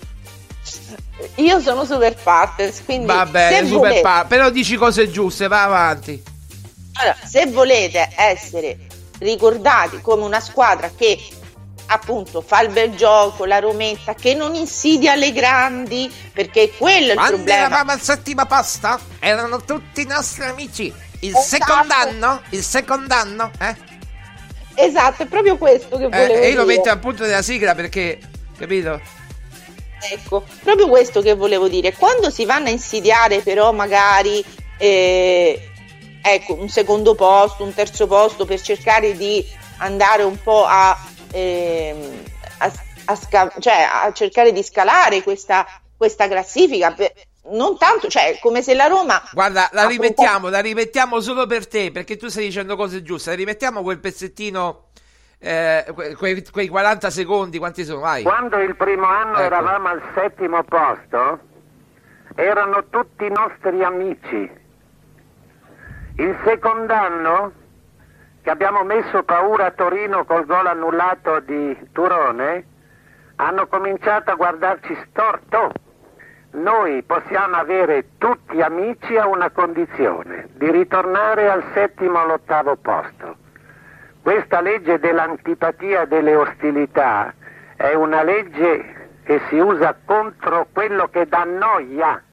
Io sono super partes, quindi va bene, se super volete... par- però dici cose giuste, va avanti. Allora, se volete essere ricordati come una squadra che appunto fa il bel gioco, la Rometta, che non insidia le grandi, perché quello è il quando problema. Quando eravamo al settima posto erano tutti i nostri amici. Il esatto. secondo anno, il secondo anno, eh? Esatto, è proprio questo che volevo eh, dire. E io lo metto appunto nella sigla perché, capito? Ecco, proprio questo che volevo dire. Quando si vanno a insidiare però magari eh, ecco, un secondo posto, un terzo posto, per cercare di andare un po' a, eh, a, a, sca- cioè, a cercare di scalare questa, questa classifica, per, non tanto, cioè come se la Roma... Guarda, la rimettiamo, la rimettiamo solo per te, perché tu stai dicendo cose giuste. La rimettiamo quel pezzettino... Eh, quei, quei quaranta secondi, quanti sono? Vai. Quando il primo anno ecco. eravamo al settimo posto, erano tutti nostri amici. Il secondo anno, che abbiamo messo paura a Torino col gol annullato di Turone, hanno cominciato a guardarci storto. Noi possiamo avere tutti amici a una condizione: di ritornare al settimo o all'ottavo posto. Questa legge dell'antipatia e delle ostilità è una legge che si usa contro quello che dà noia.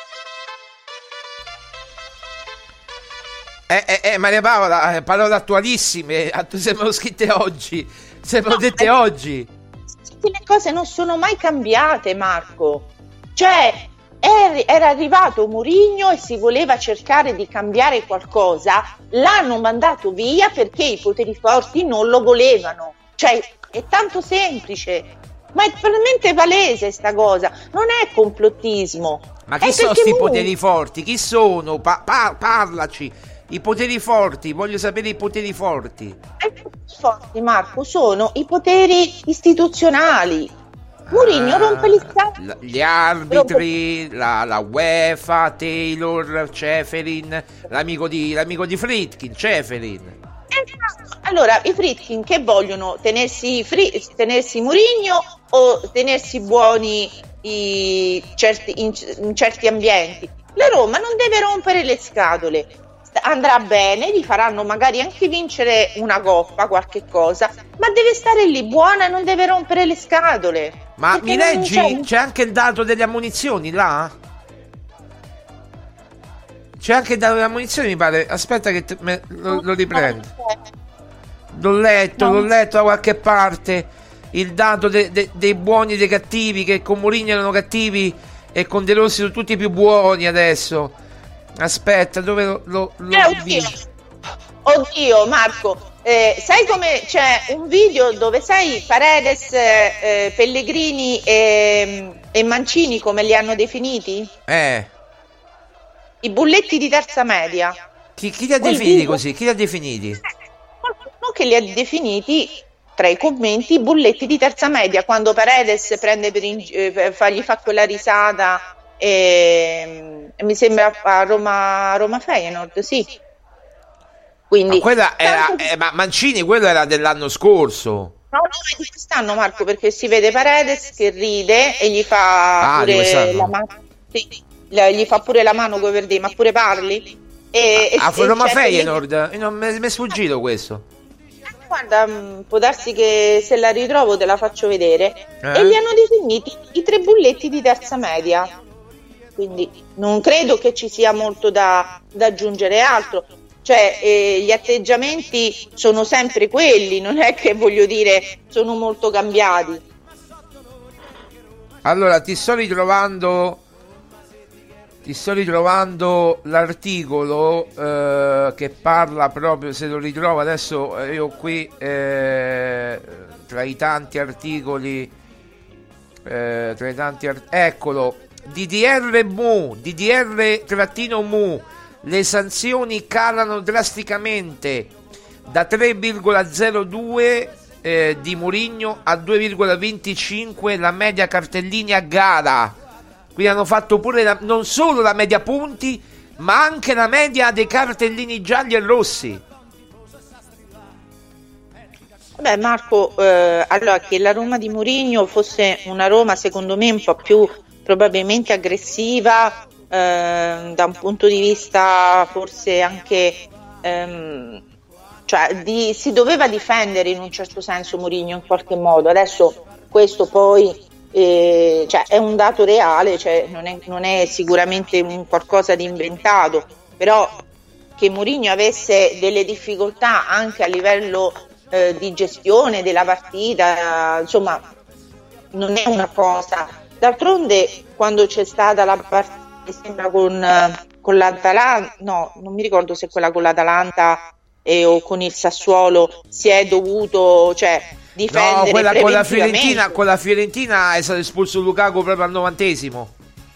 Eh, eh, eh Maria Paola, eh, parole attualissime, sembrano scritte oggi, sembrano no, dette eh, oggi. Le cose non sono mai cambiate, Marco. Cioè, era arrivato Mourinho e si voleva cercare di cambiare qualcosa, l'hanno mandato via perché i poteri forti non lo volevano. Cioè, è tanto semplice, ma è veramente palese sta cosa, non è complottismo. Ma chi sono questi poteri forti? Chi sono? Pa- pa- parlaci. I poteri forti, voglio sapere i poteri forti. I poteri forti, Marco, sono i poteri istituzionali. Mourinho ah, rompe gli scatoli. Gli arbitri, la, la UEFA, Taylor, Ceferin, l'amico di, l'amico di Friedkin, Ceferin. Allora, i Friedkin che vogliono tenersi, fri- tenersi Mourinho o tenersi buoni i certi, in, in certi ambienti? La Roma non deve rompere le scatole, andrà bene, gli faranno magari anche vincere una coppa, qualche cosa, ma deve stare lì buona e non deve rompere le scatole. Ma Perché mi leggi? c'è... c'è anche il dato delle ammunizioni là? C'è anche il dato delle ammunizioni, mi pare. Aspetta che te, me, lo, lo riprendo. L'ho letto, no. l'ho letto da qualche parte. Il dato de, de, dei buoni e dei cattivi, che con Mourinho erano cattivi e con De Rossi sono tutti più buoni adesso. Aspetta, dove lo, lo, lo eh, oddio. oddio Marco, eh, sai come c'è un video dove sai Paredes, eh, Pellegrini e, e Mancini come li hanno definiti? Eh I bulletti di terza media. Chi, chi li ha Quel definiti video... così? Chi li ha definiti? Qualcuno che li ha definiti tra i commenti bulletti di terza media, quando Paredes prende per in, eh, fa, gli fa quella risata e, e mi sembra a Roma, Roma Feyenoord, sì. Quindi ma quella era tanto... eh, ma Mancini quello era dell'anno scorso. No, no, è di quest'anno, Marco, perché si vede Paredes che ride e gli fa ah, pure la mano. Sì. Gli fa pure la mano con Verdì, ma pure parli e, ah, e, Roma cioè, Feyenoord, non mi è sfuggito questo. Guarda, può darsi che se la ritrovo te la faccio vedere. eh? E li hanno definiti i tre bulletti di terza media, quindi non credo che ci sia molto da, da aggiungere altro, cioè eh, gli atteggiamenti sono sempre quelli, non è che voglio dire sono molto cambiati. Allora ti sto ritrovando Ti sto ritrovando l'articolo eh, che parla proprio, se lo ritrovo adesso, eh, io qui eh, tra i tanti articoli, eh, tra i tanti art- eccolo, D D R Mu, D D R trattino Mu, le sanzioni calano drasticamente da tre virgola zero due eh, di Mourinho a due virgola venticinque la media cartellini a gara. Quindi hanno fatto pure la, non solo la media punti, ma anche la media dei cartellini gialli e rossi. Beh Marco, eh, allora che la Roma di Mourinho fosse una Roma secondo me un po' più probabilmente aggressiva, eh, da un punto di vista forse anche ehm, cioè di, si doveva difendere in un certo senso Mourinho in qualche modo. Adesso questo poi Eh, cioè è un dato reale, cioè non, è, non è sicuramente un qualcosa di inventato, però che Mourinho avesse delle difficoltà anche a livello eh, di gestione della partita, insomma non è una cosa. D'altronde quando c'è stata la partita mi sembra con, con l'Atalanta, no non mi ricordo se quella con l'Atalanta e, o con il Sassuolo, si è dovuto cioè difendere. No, quella con la Fiorentina, con la Fiorentina è stato espulso Lukaku proprio al novantesimo.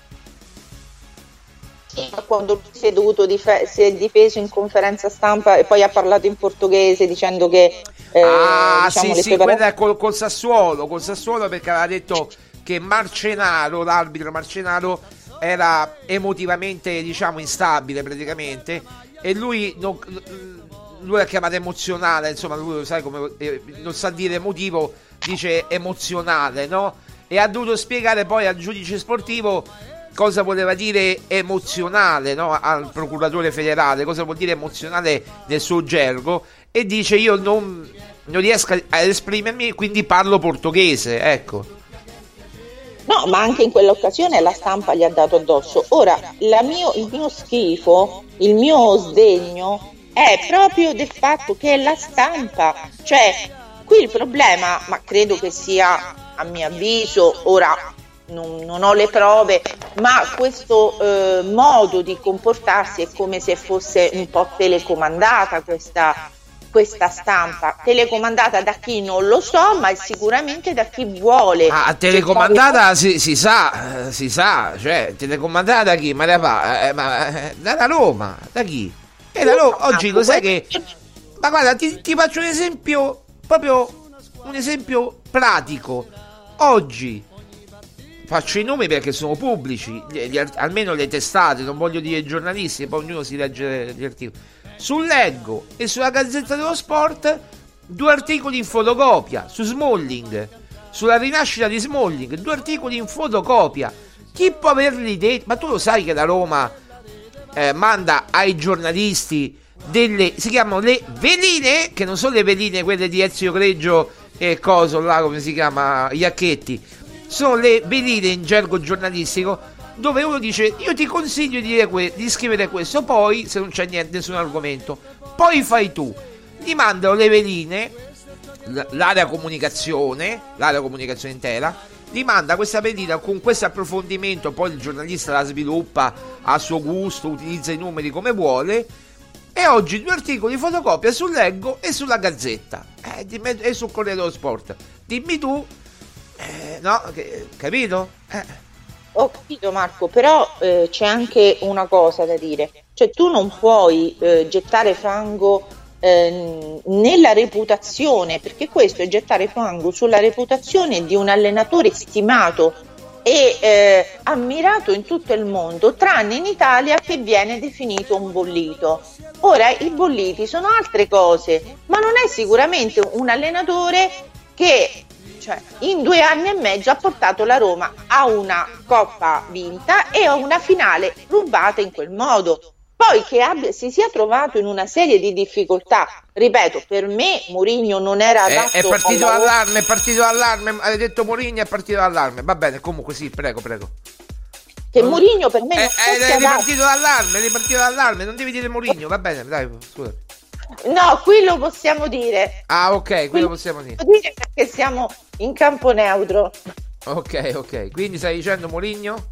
Sì, quando si è dovuto dif- si è difeso in conferenza stampa e poi ha parlato in portoghese dicendo che eh, ah diciamo, sì le sì sue quella parole... è col, col Sassuolo col Sassuolo perché aveva detto che Marcenaro, l'arbitro Marcenaro, era emotivamente diciamo instabile praticamente, e lui non lui l'ha chiamato emozionale, insomma lui sai come eh, non sa dire emotivo, dice emozionale, no? E ha dovuto spiegare poi al giudice sportivo cosa voleva dire emozionale, no? Al procuratore federale cosa vuol dire emozionale nel suo gergo, e dice io non, non riesco a esprimermi, quindi parlo portoghese, ecco. No, ma anche in quell'occasione la stampa gli ha dato addosso. Ora, la mio, il mio schifo, il mio sdegno è proprio del fatto che è la stampa, cioè qui il problema, ma credo che sia, a mio avviso, ora non, non ho le prove, ma questo eh, modo di comportarsi è come se fosse un po' telecomandata questa, questa stampa, telecomandata da chi non lo so, ma sicuramente da chi vuole. Ah, telecomandata si, si sa, si sa, cioè telecomandata da chi? Ma, da, eh, ma eh, dalla Roma, da chi? E da Roma, oggi lo sai che, ma guarda, ti, ti faccio un esempio, proprio un esempio pratico. Oggi faccio i nomi perché sono pubblici, gli, gli, almeno le testate, non voglio dire giornalisti, poi ognuno si legge gli articoli. Sul Leggo e sulla Gazzetta dello Sport due articoli in fotocopia, su Smalling, sulla rinascita di Smalling, due articoli in fotocopia. Chi può averli detto? Ma tu lo sai che la Roma eh, manda ai giornalisti delle, si chiamano le veline, che non sono le veline quelle di Ezio Greggio e coso là, come si chiama, Iacchetti, sono le veline in gergo giornalistico, dove uno dice io ti consiglio di, dire que- di scrivere questo, poi se non c'è niente, nessun argomento, poi fai tu. Gli mandano le veline, l- l'area comunicazione, l'area comunicazione intera, gli manda questa velina con questo approfondimento, poi il giornalista la sviluppa a suo gusto, utilizza i numeri come vuole, e oggi due articoli fotocopia sul Leggo e sulla Gazzetta eh, dimmi, e sul Corriere dello Sport. Dimmi tu, eh, no, che, capito? Eh. Ho capito Marco, però eh, c'è anche una cosa da dire, cioè tu non puoi eh, gettare fango eh, nella reputazione, perché questo è gettare fango sulla reputazione di un allenatore stimato e eh, ammirato in tutto il mondo, tranne in Italia che viene definito un bollito. Ora i bolliti sono altre cose, ma non è sicuramente un allenatore che, cioè, in due anni e mezzo ha portato la Roma a una coppa vinta e a una finale rubata in quel modo. Poi che abbia, si sia trovato in una serie di difficoltà, ripeto, per me Mourinho non era adatto. È, è partito l'allarme, è partito l'allarme, hai detto Mourinho, è partito l'allarme. Va bene, comunque sì, prego, prego. Che non... Mourinho per me non è, è, è ripartito l'allarme, è ripartito l'allarme, non devi dire Mourinho, va bene, dai, scusa. No, qui lo possiamo dire. Ah, ok, qui, qui lo possiamo dire. dire perché siamo in campo neutro. Ok, ok, quindi stai dicendo Mourinho?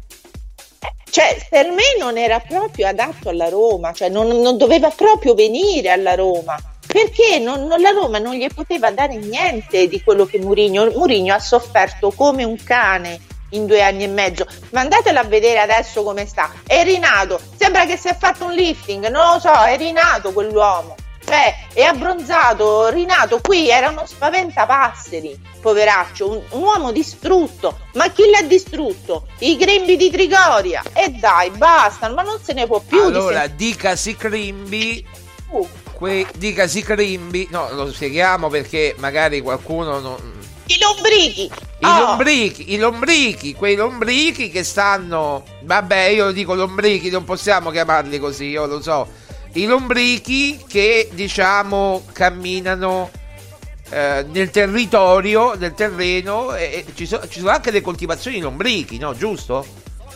Cioè, per me non era proprio adatto alla Roma, cioè non, non doveva proprio venire alla Roma, perché non, non, la Roma non gli poteva dare niente di quello che Mourinho, Mourinho ha sofferto come un cane in due anni e mezzo, ma andatelo a vedere adesso come sta, è rinato, sembra che si è fatto un lifting, non lo so, è rinato quell'uomo, cioè è abbronzato, rinato, qui era uno spaventapasseri, poveraccio, un, un uomo distrutto, ma chi l'ha distrutto? I grembi di Trigoria, e dai, basta, ma non se ne può più. Allora, di dicasi Crimbi, uh. que, dicasi Crimbi, no, lo spieghiamo perché magari qualcuno non... I lombrichi, I oh. lombrichi, i lombrichi, quei lombrichi che stanno, vabbè, io dico lombrichi, non possiamo chiamarli così, io lo so, i lombrichi che diciamo camminano eh, nel territorio, nel terreno, e, e ci, so, ci sono anche le coltivazioni di lombrichi, no? Giusto?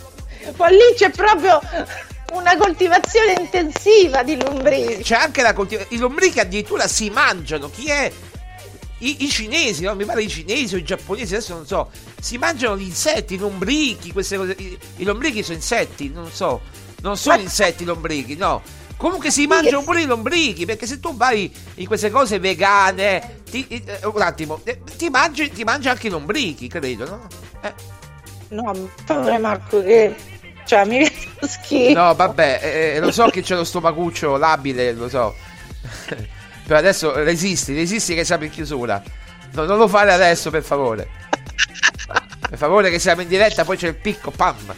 Ma lì c'è proprio una coltivazione intensiva di lombrichi. C'è anche la coltivazione, i lombrichi addirittura si mangiano, chi è? I, i cinesi, no? Mi pare i cinesi o i giapponesi, adesso non so, si mangiano gli insetti, i lombrichi, queste cose. I, i lombrichi sono insetti, non so, non sono Ma... insetti i lombrichi, no. Comunque si mangiano pure i lombrichi, perché se tu vai in queste cose vegane, ti, eh, un attimo, eh, ti mangi, ti mangi anche i lombrichi, credo, no? Eh. No, povero Marco, che cioè mi viene schifo. No, vabbè, eh, lo so che c'è lo stomacuccio labile, lo so. Però adesso resisti, resisti che siamo in chiusura. No, non lo fare adesso, per favore. Per favore, che siamo in diretta, poi c'è il picco, pam.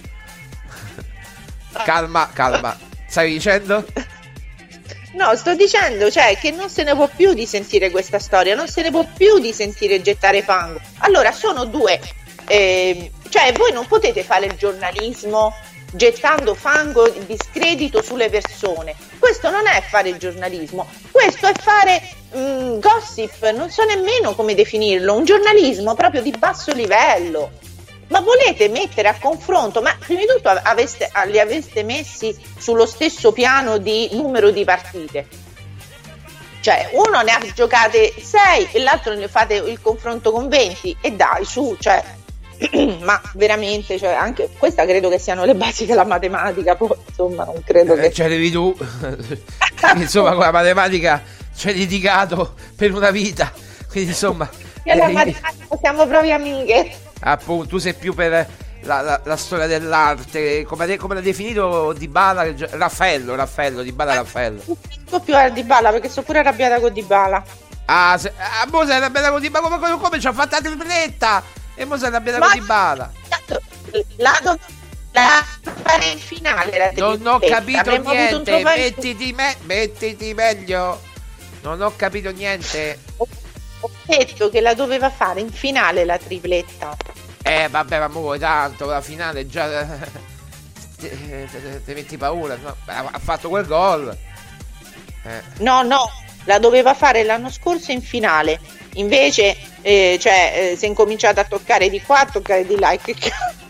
Calma, calma. Stavi dicendo? No, sto dicendo, cioè, che non se ne può più di sentire questa storia, non se ne può più di sentire gettare fango. Allora, sono due, eh, cioè, voi non potete fare il giornalismo gettando fango, discredito sulle persone. Questo non è fare il giornalismo, questo è fare mh, gossip, non so nemmeno come definirlo, un giornalismo proprio di basso livello. Ma volete mettere a confronto, ma prima di tutto aveste, li aveste messi sullo stesso piano di numero di partite, cioè uno ne ha giocate sei e l'altro ne fate il confronto con venti, e dai, su, cioè ma veramente, cioè, anche questa credo che siano le basi della matematica, poi insomma non credo che... Eh, cioè devi tu, insomma con la matematica ci hai litigato per una vita, quindi insomma... E la matematica siamo proprio amiche. Appunto, tu sei più per la, la, la storia dell'arte, come, come l'ha definito Dybala, Raffaello, Raffaello, Dybala Raffaello. Un più a Dybala, perché sono pure arrabbiata con Dybala. Ah, se, ah mo sei arrabbiata con Dybala, come, come, come ci ha fatto la tripletta? E mo sei arrabbiata con Dybala. la do- la fare in finale la non ho capito Avremmo niente, trofeo... mettiti, me- mettiti meglio, non ho capito niente. Ho, ho detto che la doveva fare in finale la tripletta. Eh vabbè, ma mo tanto la finale già ti metti paura, no? Ha fatto quel gol. Eh. No, no, la doveva fare l'anno scorso in finale. Invece, eh, cioè, eh, si è incominciato a toccare di qua, a toccare di là. Che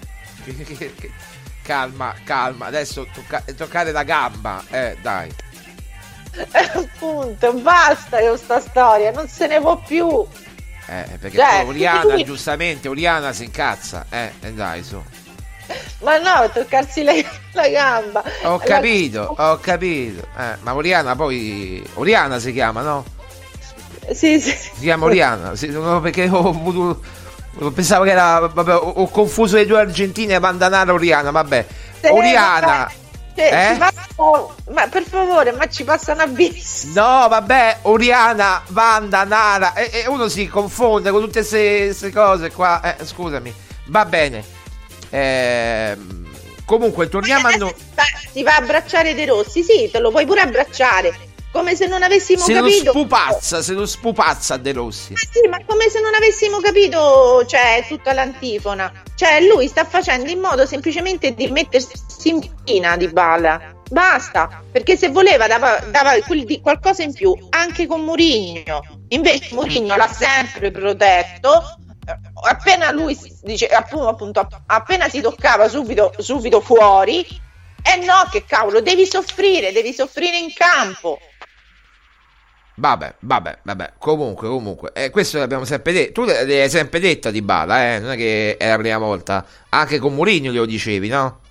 calma, calma, adesso tocca- toccare la gamba, eh, dai. Appunto, basta con sta storia, non se ne può più. Eh, perché cioè, Oriana, lui... giustamente, Oriana si incazza, eh, eh dai, su. Ma no, toccarsi la, la gamba. Ho la... capito, ho capito. Eh, ma Oriana poi... Oriana si chiama, no? Sì, sì. Si chiama Oriana, sì, no, perché ho avuto... Pensavo che era... Vabbè, ho, ho confuso le due argentine, Vandanara e Oriana, vabbè. Se Oriana... Cioè, eh? ci passa... Ma per favore, ma ci passa una bis. No, vabbè, Oriana, Vanda, Nara, e, e uno si confonde con tutte queste cose qua. Eh, scusami, va bene. Eh, comunque, torniamo a noi. Si va a abbracciare De Rossi, sì, te lo puoi pure abbracciare. Come se non avessimo se capito. Se lo spupazza, se lo spupazza De Rossi. Ma sì, ma come se non avessimo capito, cioè, tutta l'antifona. Cioè, lui sta facendo in modo semplicemente di mettersi in pina Dybala. Basta, perché se voleva dava, dava qualcosa in più anche con Mourinho. Invece Mourinho l'ha sempre protetto. Appena lui dice appunto, appena si toccava subito, subito fuori. E eh no, che cavolo, devi soffrire, devi soffrire in campo. Vabbè, vabbè, vabbè, comunque, comunque, eh, questo l'abbiamo sempre detto, tu l'hai sempre detta Dybala, eh, non è che è la prima volta, anche con Mourinho glielo dicevi, no?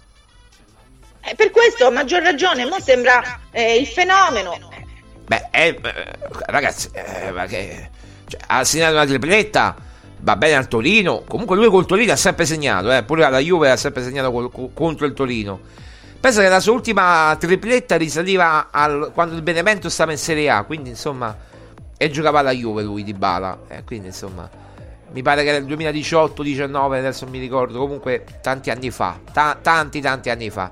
Eh, per questo a maggior ragione, mo sembra eh, il fenomeno. Beh, eh, ragazzi, eh, ma che, cioè, ha segnato una tripletta, va bene al Torino, comunque lui col Torino ha sempre segnato, eh, pure alla Juve ha sempre segnato col, col, contro il Torino. Pensa che la sua ultima tripletta risaliva al, quando il Benevento stava in Serie A, quindi insomma, e giocava alla Juve lui Dybala, eh, quindi insomma, mi pare che era il duemiladiciotto diciannove, adesso non mi ricordo, comunque tanti anni fa, ta- tanti tanti anni fa,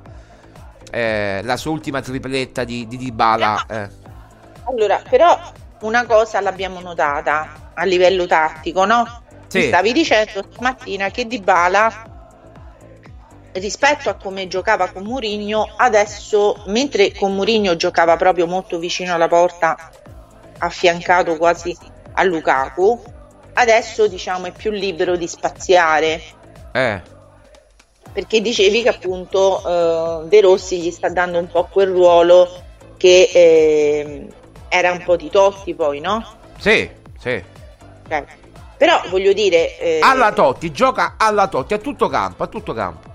eh, la sua ultima tripletta di, di Dybala. Eh. Allora, però una cosa l'abbiamo notata a livello tattico, no? Sì. Mi stavi dicendo stamattina che Dybala, rispetto a come giocava con Mourinho, adesso, mentre con Mourinho giocava proprio molto vicino alla porta, affiancato quasi a Lukaku, adesso diciamo è più libero di spaziare. Eh. Perché dicevi che appunto eh, De Rossi gli sta dando un po' quel ruolo che eh, era un po' di Totti poi, no? Sì, sì. Okay. Però voglio dire... Eh, alla Totti, gioca alla Totti, a tutto campo, a tutto campo.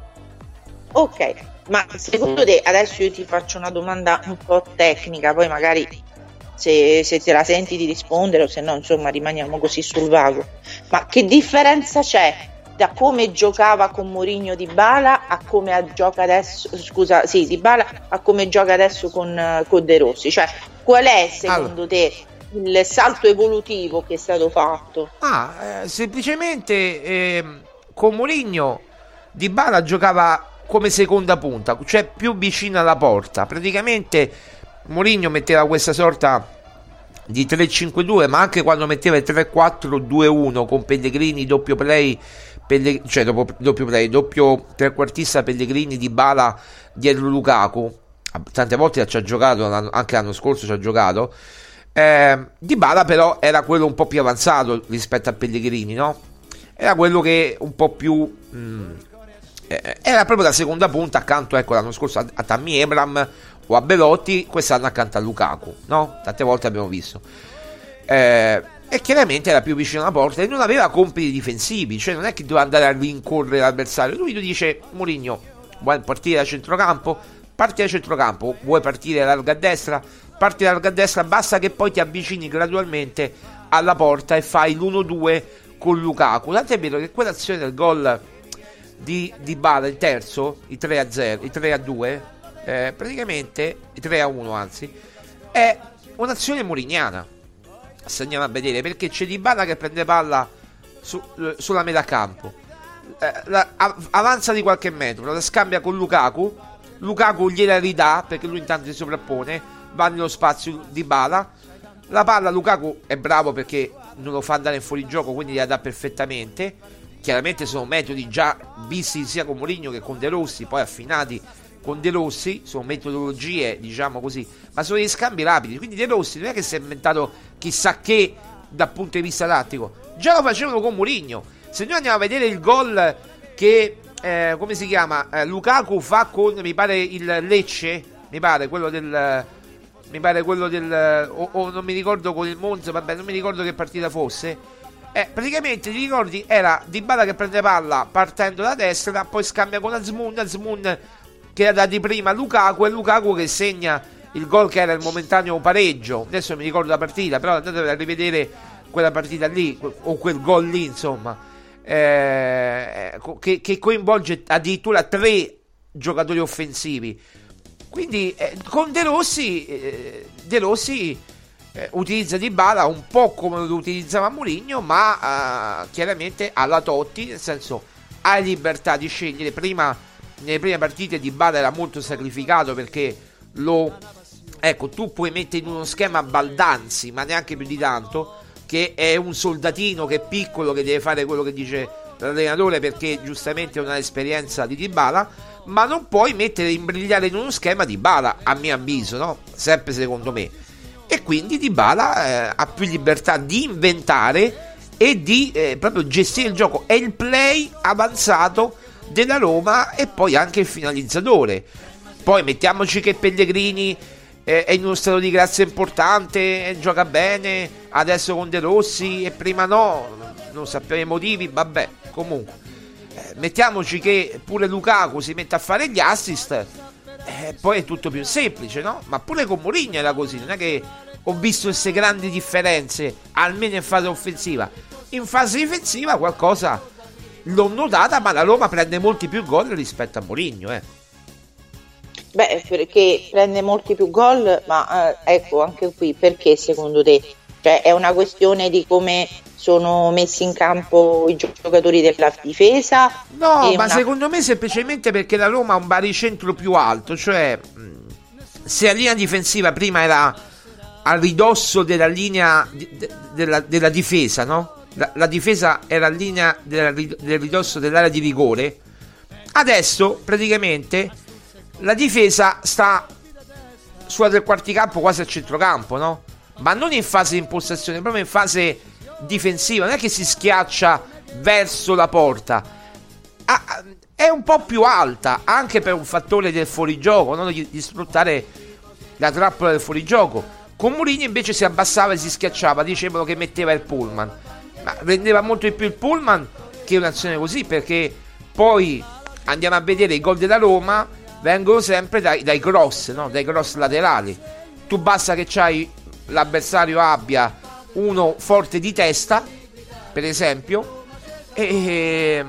Ok, ma secondo te, adesso io ti faccio una domanda un po' tecnica, poi magari se, se te la senti di rispondere o se no insomma rimaniamo così sul vago, ma che differenza c'è da come giocava con Mourinho Dybala a come gioca adesso, scusa, sì, Dybala a come gioca adesso con, con De Rossi? Cioè, qual è secondo allora. te il salto evolutivo che è stato fatto? Ah, eh, semplicemente eh, con Mourinho Dybala giocava come seconda punta, cioè più vicino alla porta. Praticamente Mourinho metteva questa sorta di tre cinque due, ma anche quando metteva il tre quattro due uno con Pellegrini, doppio play, Pellegrini, cioè dopo, doppio play, doppio trequartista Pellegrini, Dybala dietro Lukaku. Tante volte ci ha giocato, anche l'anno scorso ci ha giocato. Eh, Dybala però era quello un po' più avanzato rispetto a Pellegrini, no? Era quello che un po' più... Mh, era proprio la seconda punta accanto, ecco, l'anno scorso a, a Tammy Abraham o a Belotti, quest'anno accanto a Lukaku, no? Tante volte abbiamo visto eh, e chiaramente era più vicino alla porta e non aveva compiti difensivi, cioè non è che doveva andare a rincorrere l'avversario. Lui gli dice: Mourinho, vuoi partire da centrocampo? Parti da centrocampo. Vuoi partire larga a destra? Parti larga a destra, basta che poi ti avvicini gradualmente alla porta e fai l'uno due con Lukaku. Tant'è vero che quell'azione del gol di Dybala, il terzo, i tre a zero, i tre a due, eh, praticamente i tre a uno anzi, è un'azione mourigniana, se andiamo a vedere, perché c'è Dybala che prende palla su, sulla metà campo, eh, la, a, avanza di qualche metro, la scambia con Lukaku, Lukaku gliela ridà perché lui intanto si sovrappone, va nello spazio di Dybala, la palla Lukaku è bravo perché non lo fa andare in fuorigioco, quindi gliela dà perfettamente. Chiaramente sono metodi già visti sia con Mourinho che con De Rossi, poi affinati con De Rossi, sono metodologie diciamo così, ma sono degli scambi rapidi, quindi De Rossi non è che si è inventato chissà che dal punto di vista tattico, già lo facevano con Mourinho. Se noi andiamo a vedere il gol che eh, come si chiama eh, Lukaku fa con, mi pare, il Lecce, mi pare quello del mi pare quello del o, o non mi ricordo con il Monza, vabbè non mi ricordo che partita fosse. Eh, praticamente ti ricordi era Dybala che prende palla partendo da destra, poi scambia con Azmoun, Azmoun che era da di prima Lukaku, e Lukaku che segna il gol che era il momentaneo pareggio. Adesso mi ricordo la partita, però andate a rivedere quella partita lì o quel gol lì, insomma, eh, che, che coinvolge addirittura tre giocatori offensivi. Quindi eh, con De Rossi eh, De Rossi Eh, utilizza Dybala un po' come lo utilizzava Mourinho, ma eh, chiaramente alla Totti, nel senso hai libertà di scegliere. Prima, nelle prime partite, Dybala era molto sacrificato perché lo ecco, tu puoi mettere in uno schema Baldanzi, ma neanche più di tanto, che è un soldatino che è piccolo, che deve fare quello che dice l'allenatore perché giustamente non ha l'esperienza di Dybala, ma non puoi mettere imbrigliare in uno schema Dybala, a mio avviso, no? Sempre secondo me. E quindi Dybala eh, ha più libertà di inventare e di eh, proprio gestire il gioco. È il play avanzato della Roma e poi anche il finalizzatore. Poi mettiamoci che Pellegrini eh, è in uno stato di grazia importante, eh, gioca bene, adesso con De Rossi e prima no, non sappiamo i motivi, vabbè, comunque. Eh, mettiamoci che pure Lukaku si mette a fare gli assist, eh, poi è tutto più semplice, no? Ma pure con Mourinho era così, non è che ho visto queste grandi differenze, almeno in fase offensiva. In fase difensiva qualcosa l'ho notata, ma la Roma prende molti più gol rispetto a Mourinho, eh. Beh, perché prende molti più gol, ma eh, ecco, anche qui, perché secondo te? Cioè, è una questione di come sono messi in campo i giocatori della difesa? No, ma una... secondo me semplicemente perché la Roma ha un baricentro più alto, cioè se la linea difensiva prima era a ridosso della linea di, de, della, della difesa, no? La, la difesa era a linea della, del ridosso dell'area di rigore, adesso praticamente la difesa sta sulla tre quarti campo, quasi al centrocampo, no? Ma non in fase di impostazione, proprio in fase difensiva, non è che si schiaccia verso la porta, ah, è un po' più alta anche per un fattore del fuorigioco, no? di, di sfruttare la trappola del fuorigioco. Con Mourinho invece si abbassava e si schiacciava, dicevano che metteva il pullman, ma rendeva molto di più il pullman che un'azione così, perché poi andiamo a vedere i gol della Roma vengono sempre dai, dai cross, no? Dai cross laterali. Tu basta che c'hai l'avversario abbia uno forte di testa, per esempio, e,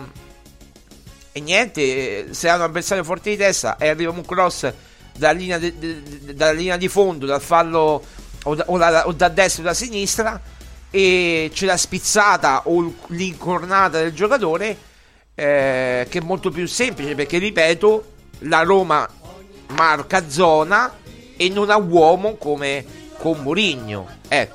e niente, se ha un avversario forte di testa e arriva un cross dalla linea, de, de, de, dalla linea di fondo, dal fallo o da, o, da, o da destra o da sinistra, e c'è la spizzata o l'incornata del giocatore, eh, che è molto più semplice, perché ripeto, la Roma marca zona e non ha uomo come con Mourinho, ecco.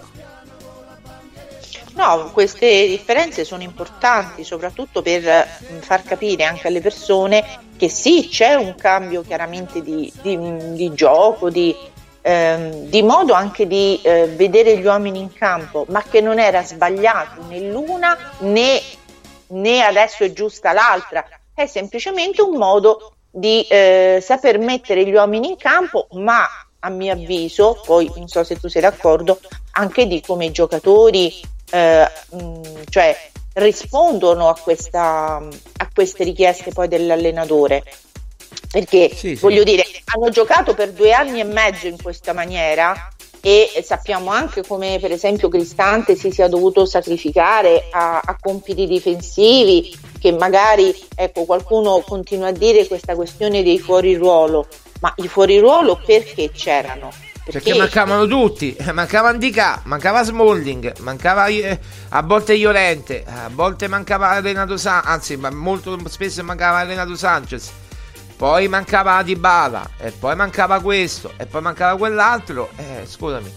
No, queste differenze sono importanti, soprattutto per far capire anche alle persone che sì, c'è un cambio chiaramente di, di, di gioco, di, ehm, di modo anche di eh, vedere gli uomini in campo, ma che non era sbagliato né l'una né, né adesso è giusta l'altra, è semplicemente un modo di eh, saper mettere gli uomini in campo, ma a mio avviso, poi non so se tu sei d'accordo, anche di come i giocatori eh, mh, cioè rispondono a questa a queste richieste poi dell'allenatore, perché sì, sì. voglio dire, hanno giocato per due anni e mezzo in questa maniera e sappiamo anche come per esempio Cristante si sia dovuto sacrificare a, a compiti difensivi, che magari, ecco, qualcuno continua a dire questa questione dei fuori ruolo, ma i fuori ruolo perché c'erano? Perché, perché mancavano tutti, mancava Ndicà, mancava Smalling, mancava eh, a volte Llorente, a volte mancava Renato Sanchez, anzi ma molto spesso mancava Renato Sanchez, poi mancava Dybala, e poi mancava questo, e poi mancava quell'altro, eh, scusami.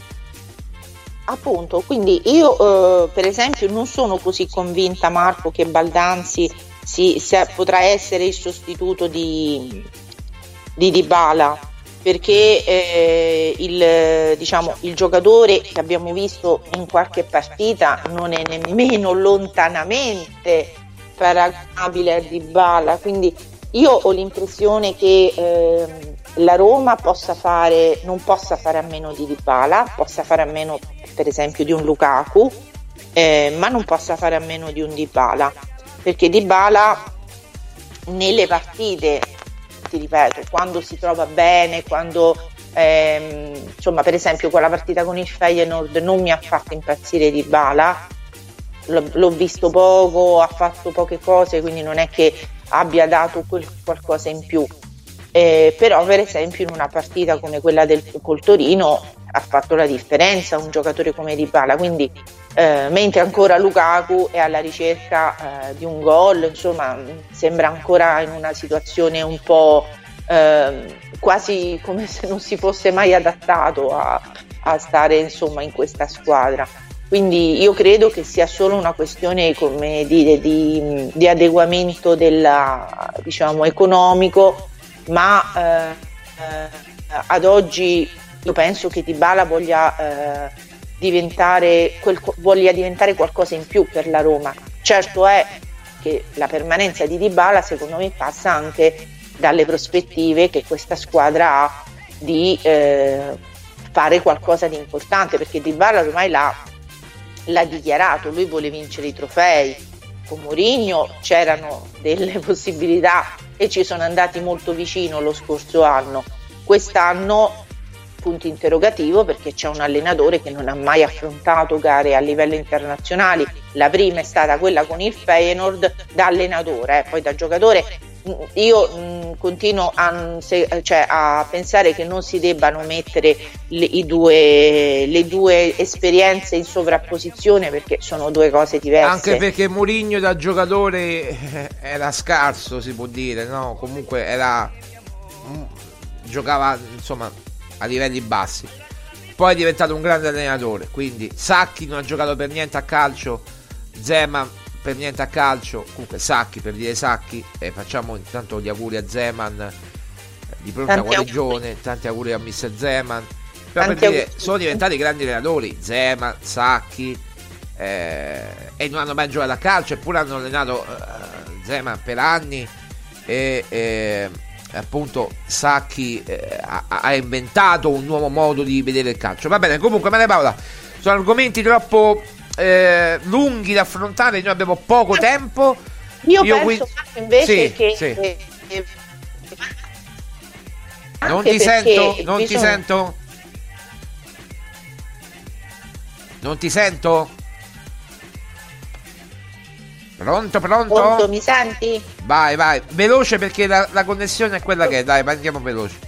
Appunto, quindi io eh, per esempio non sono così convinta, Marco, che Baldanzi si, si, potrà essere il sostituto di, di Dybala, perché eh, il, diciamo, il giocatore che abbiamo visto in qualche partita non è nemmeno lontanamente paragonabile a Dybala, quindi io ho l'impressione che eh, la Roma possa fare, non possa fare a meno di Dybala, possa fare a meno per esempio di un Lukaku, eh, ma non possa fare a meno di un Dybala, perché Dybala nelle partite, ti ripeto, quando si trova bene, quando ehm, insomma per esempio quella partita con il Feyenoord non mi ha fatto impazzire Dybala, L- l'ho visto poco, ha fatto poche cose, quindi non è che abbia dato quel qualcosa in più, eh, però per esempio in una partita come quella del col Torino ha fatto la differenza un giocatore come Dybala, quindi eh, mentre ancora Lukaku è alla ricerca eh, di un gol, insomma sembra ancora in una situazione un po' eh, quasi come se non si fosse mai adattato a, a stare insomma in questa squadra. Quindi io credo che sia solo una questione, come dire, di, di adeguamento della, diciamo, economico, ma eh, eh, ad oggi io penso che Dybala voglia eh, diventare quel, voglia diventare qualcosa in più per la Roma. Certo è che la permanenza di Dybala secondo me passa anche dalle prospettive che questa squadra ha di eh, fare qualcosa di importante, perché Dybala ormai l'ha l'ha dichiarato, lui vuole vincere i trofei. Con Mourinho c'erano delle possibilità e ci sono andati molto vicino lo scorso anno. Quest'anno punto interrogativo, perché c'è un allenatore che non ha mai affrontato gare a livello internazionale. La prima è stata quella con il Feyenoord da allenatore, eh, poi da giocatore io mh, continuo a, se, cioè, a pensare che non si debbano mettere le, i due, le due esperienze in sovrapposizione, perché sono due cose diverse. Anche perché Mourinho da giocatore era scarso, si può dire, no? Comunque era giocava insomma a livelli bassi, poi è diventato un grande allenatore, quindi Sacchi non ha giocato per niente a calcio, Zeman per niente a calcio, comunque Sacchi, per dire Sacchi, e facciamo intanto gli auguri a Zeman di pronta guarigione, tanti auguri a mister Zeman, però per dire, sono diventati grandi allenatori Zeman, Sacchi, eh, e non hanno mai giocato a calcio, eppure hanno allenato eh, Zeman per anni, e eh, appunto Sacchi eh, ha, ha inventato un nuovo modo di vedere il calcio. Va bene, comunque Maria Paola, sono argomenti troppo Eh, lunghi da affrontare, noi abbiamo poco tempo. Io, io penso qui... invece sì, che sì. Eh, eh, non ti sento non bisogna... ti sento non ti sento pronto pronto pronto mi senti? Vai vai veloce, perché la, la connessione è quella che è, dai, andiamo veloce.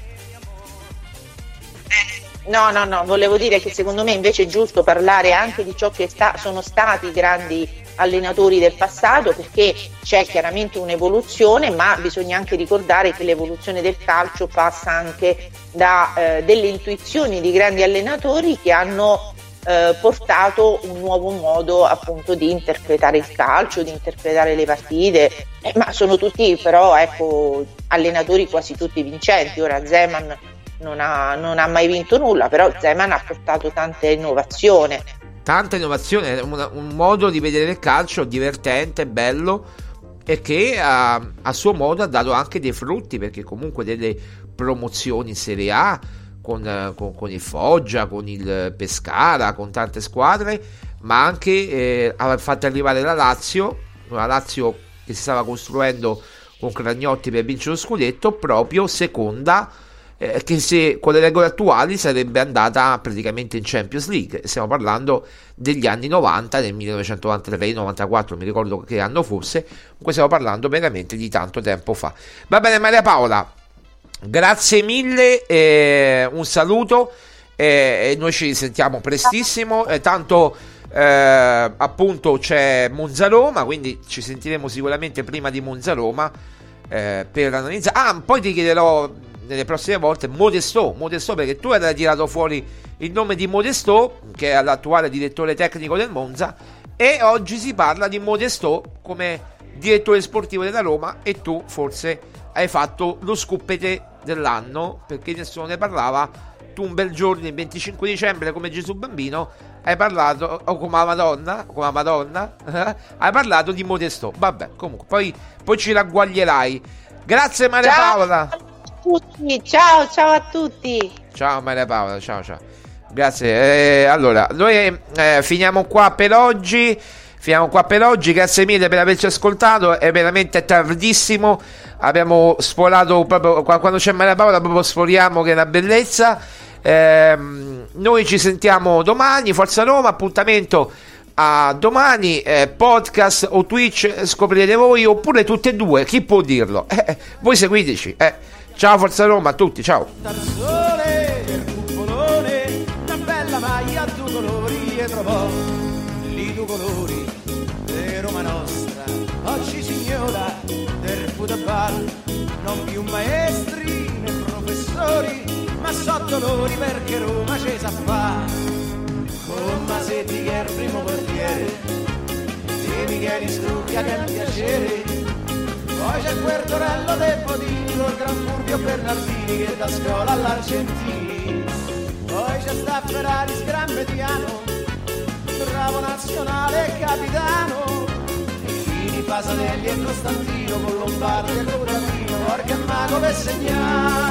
No, no, no, volevo dire che secondo me invece è giusto parlare anche di ciò che sta, sono stati i grandi allenatori del passato, perché c'è chiaramente un'evoluzione, ma bisogna anche ricordare che l'evoluzione del calcio passa anche da eh, delle intuizioni di grandi allenatori che hanno eh, portato un nuovo modo appunto di interpretare il calcio, di interpretare le partite, eh, ma sono tutti però ecco allenatori quasi tutti vincenti. Ora Zeman Non ha, non ha mai vinto nulla, però Zeman ha portato tanta innovazione. Tanta innovazione, un, un modo di vedere il calcio divertente, bello, e che a, a suo modo ha dato anche dei frutti, perché comunque delle promozioni in Serie A con, con, con il Foggia, con il Pescara, con tante squadre, ma anche eh, ha fatto arrivare la Lazio, una Lazio che si stava costruendo con Cragnotti per vincere lo scudetto, proprio seconda, che se con le regole attuali sarebbe andata praticamente in Champions League. Stiamo parlando degli anni novanta, del millenovecentonovantatré novantaquattro, mi ricordo che anno fosse, comunque stiamo parlando veramente di tanto tempo fa. Va bene Maria Paola, grazie mille, eh, un saluto, e, e noi ci sentiamo prestissimo, e tanto eh, appunto c'è Monza-Roma, quindi ci sentiremo sicuramente prima di Monza-Roma eh, per analizzare. Ah, poi ti chiederò nelle prossime volte Modesto, Modesto, perché tu hai tirato fuori il nome di Modesto, che è l'attuale direttore tecnico del Monza, e oggi si parla di Modesto come direttore sportivo della Roma, e tu forse hai fatto lo scoppete dell'anno, perché nessuno ne parlava. Tu un bel giorno, il venticinque dicembre, come Gesù bambino, hai parlato, o come la Madonna, come la Madonna eh? hai parlato di Modesto. Vabbè, comunque poi, poi ci ragguaglierai. Grazie Maria Ciao Paola. a tutti, ciao, ciao a tutti. Ciao Maria Paola, ciao ciao. Grazie. Eh, allora, noi eh, finiamo qua per oggi. Finiamo qua per oggi. Grazie mille per averci ascoltato. È veramente tardissimo. Abbiamo sforato proprio quando c'è Maria Paola, proprio sforiamo, che è una bellezza. Eh, noi ci sentiamo domani. Forza Roma, appuntamento a domani. Eh, podcast o Twitch, scoprirete voi, oppure tutte e due. Chi può dirlo? Eh, voi seguiteci. Eh. Ciao Forza Roma a tutti. Ciao. La maglia a due colori e trovò lì due colori di Roma nostra. Oggi signora del football, non più maestri né professori, ma so dolori perché Roma ci sa fa. Con Masetti che è il primo portiere e Michele Scrucchia che è un piacere. Poi c'è Guertorello De Podino, il Gran Fulvio Bernardini che da scuola all'Argentini. Poi c'è sta Ferrari Sgrammetiano, bravo nazionale e capitano. E Fini, Pasanelli e Costantino, con Lombardi e Curatino, Orca e Mago per segnare.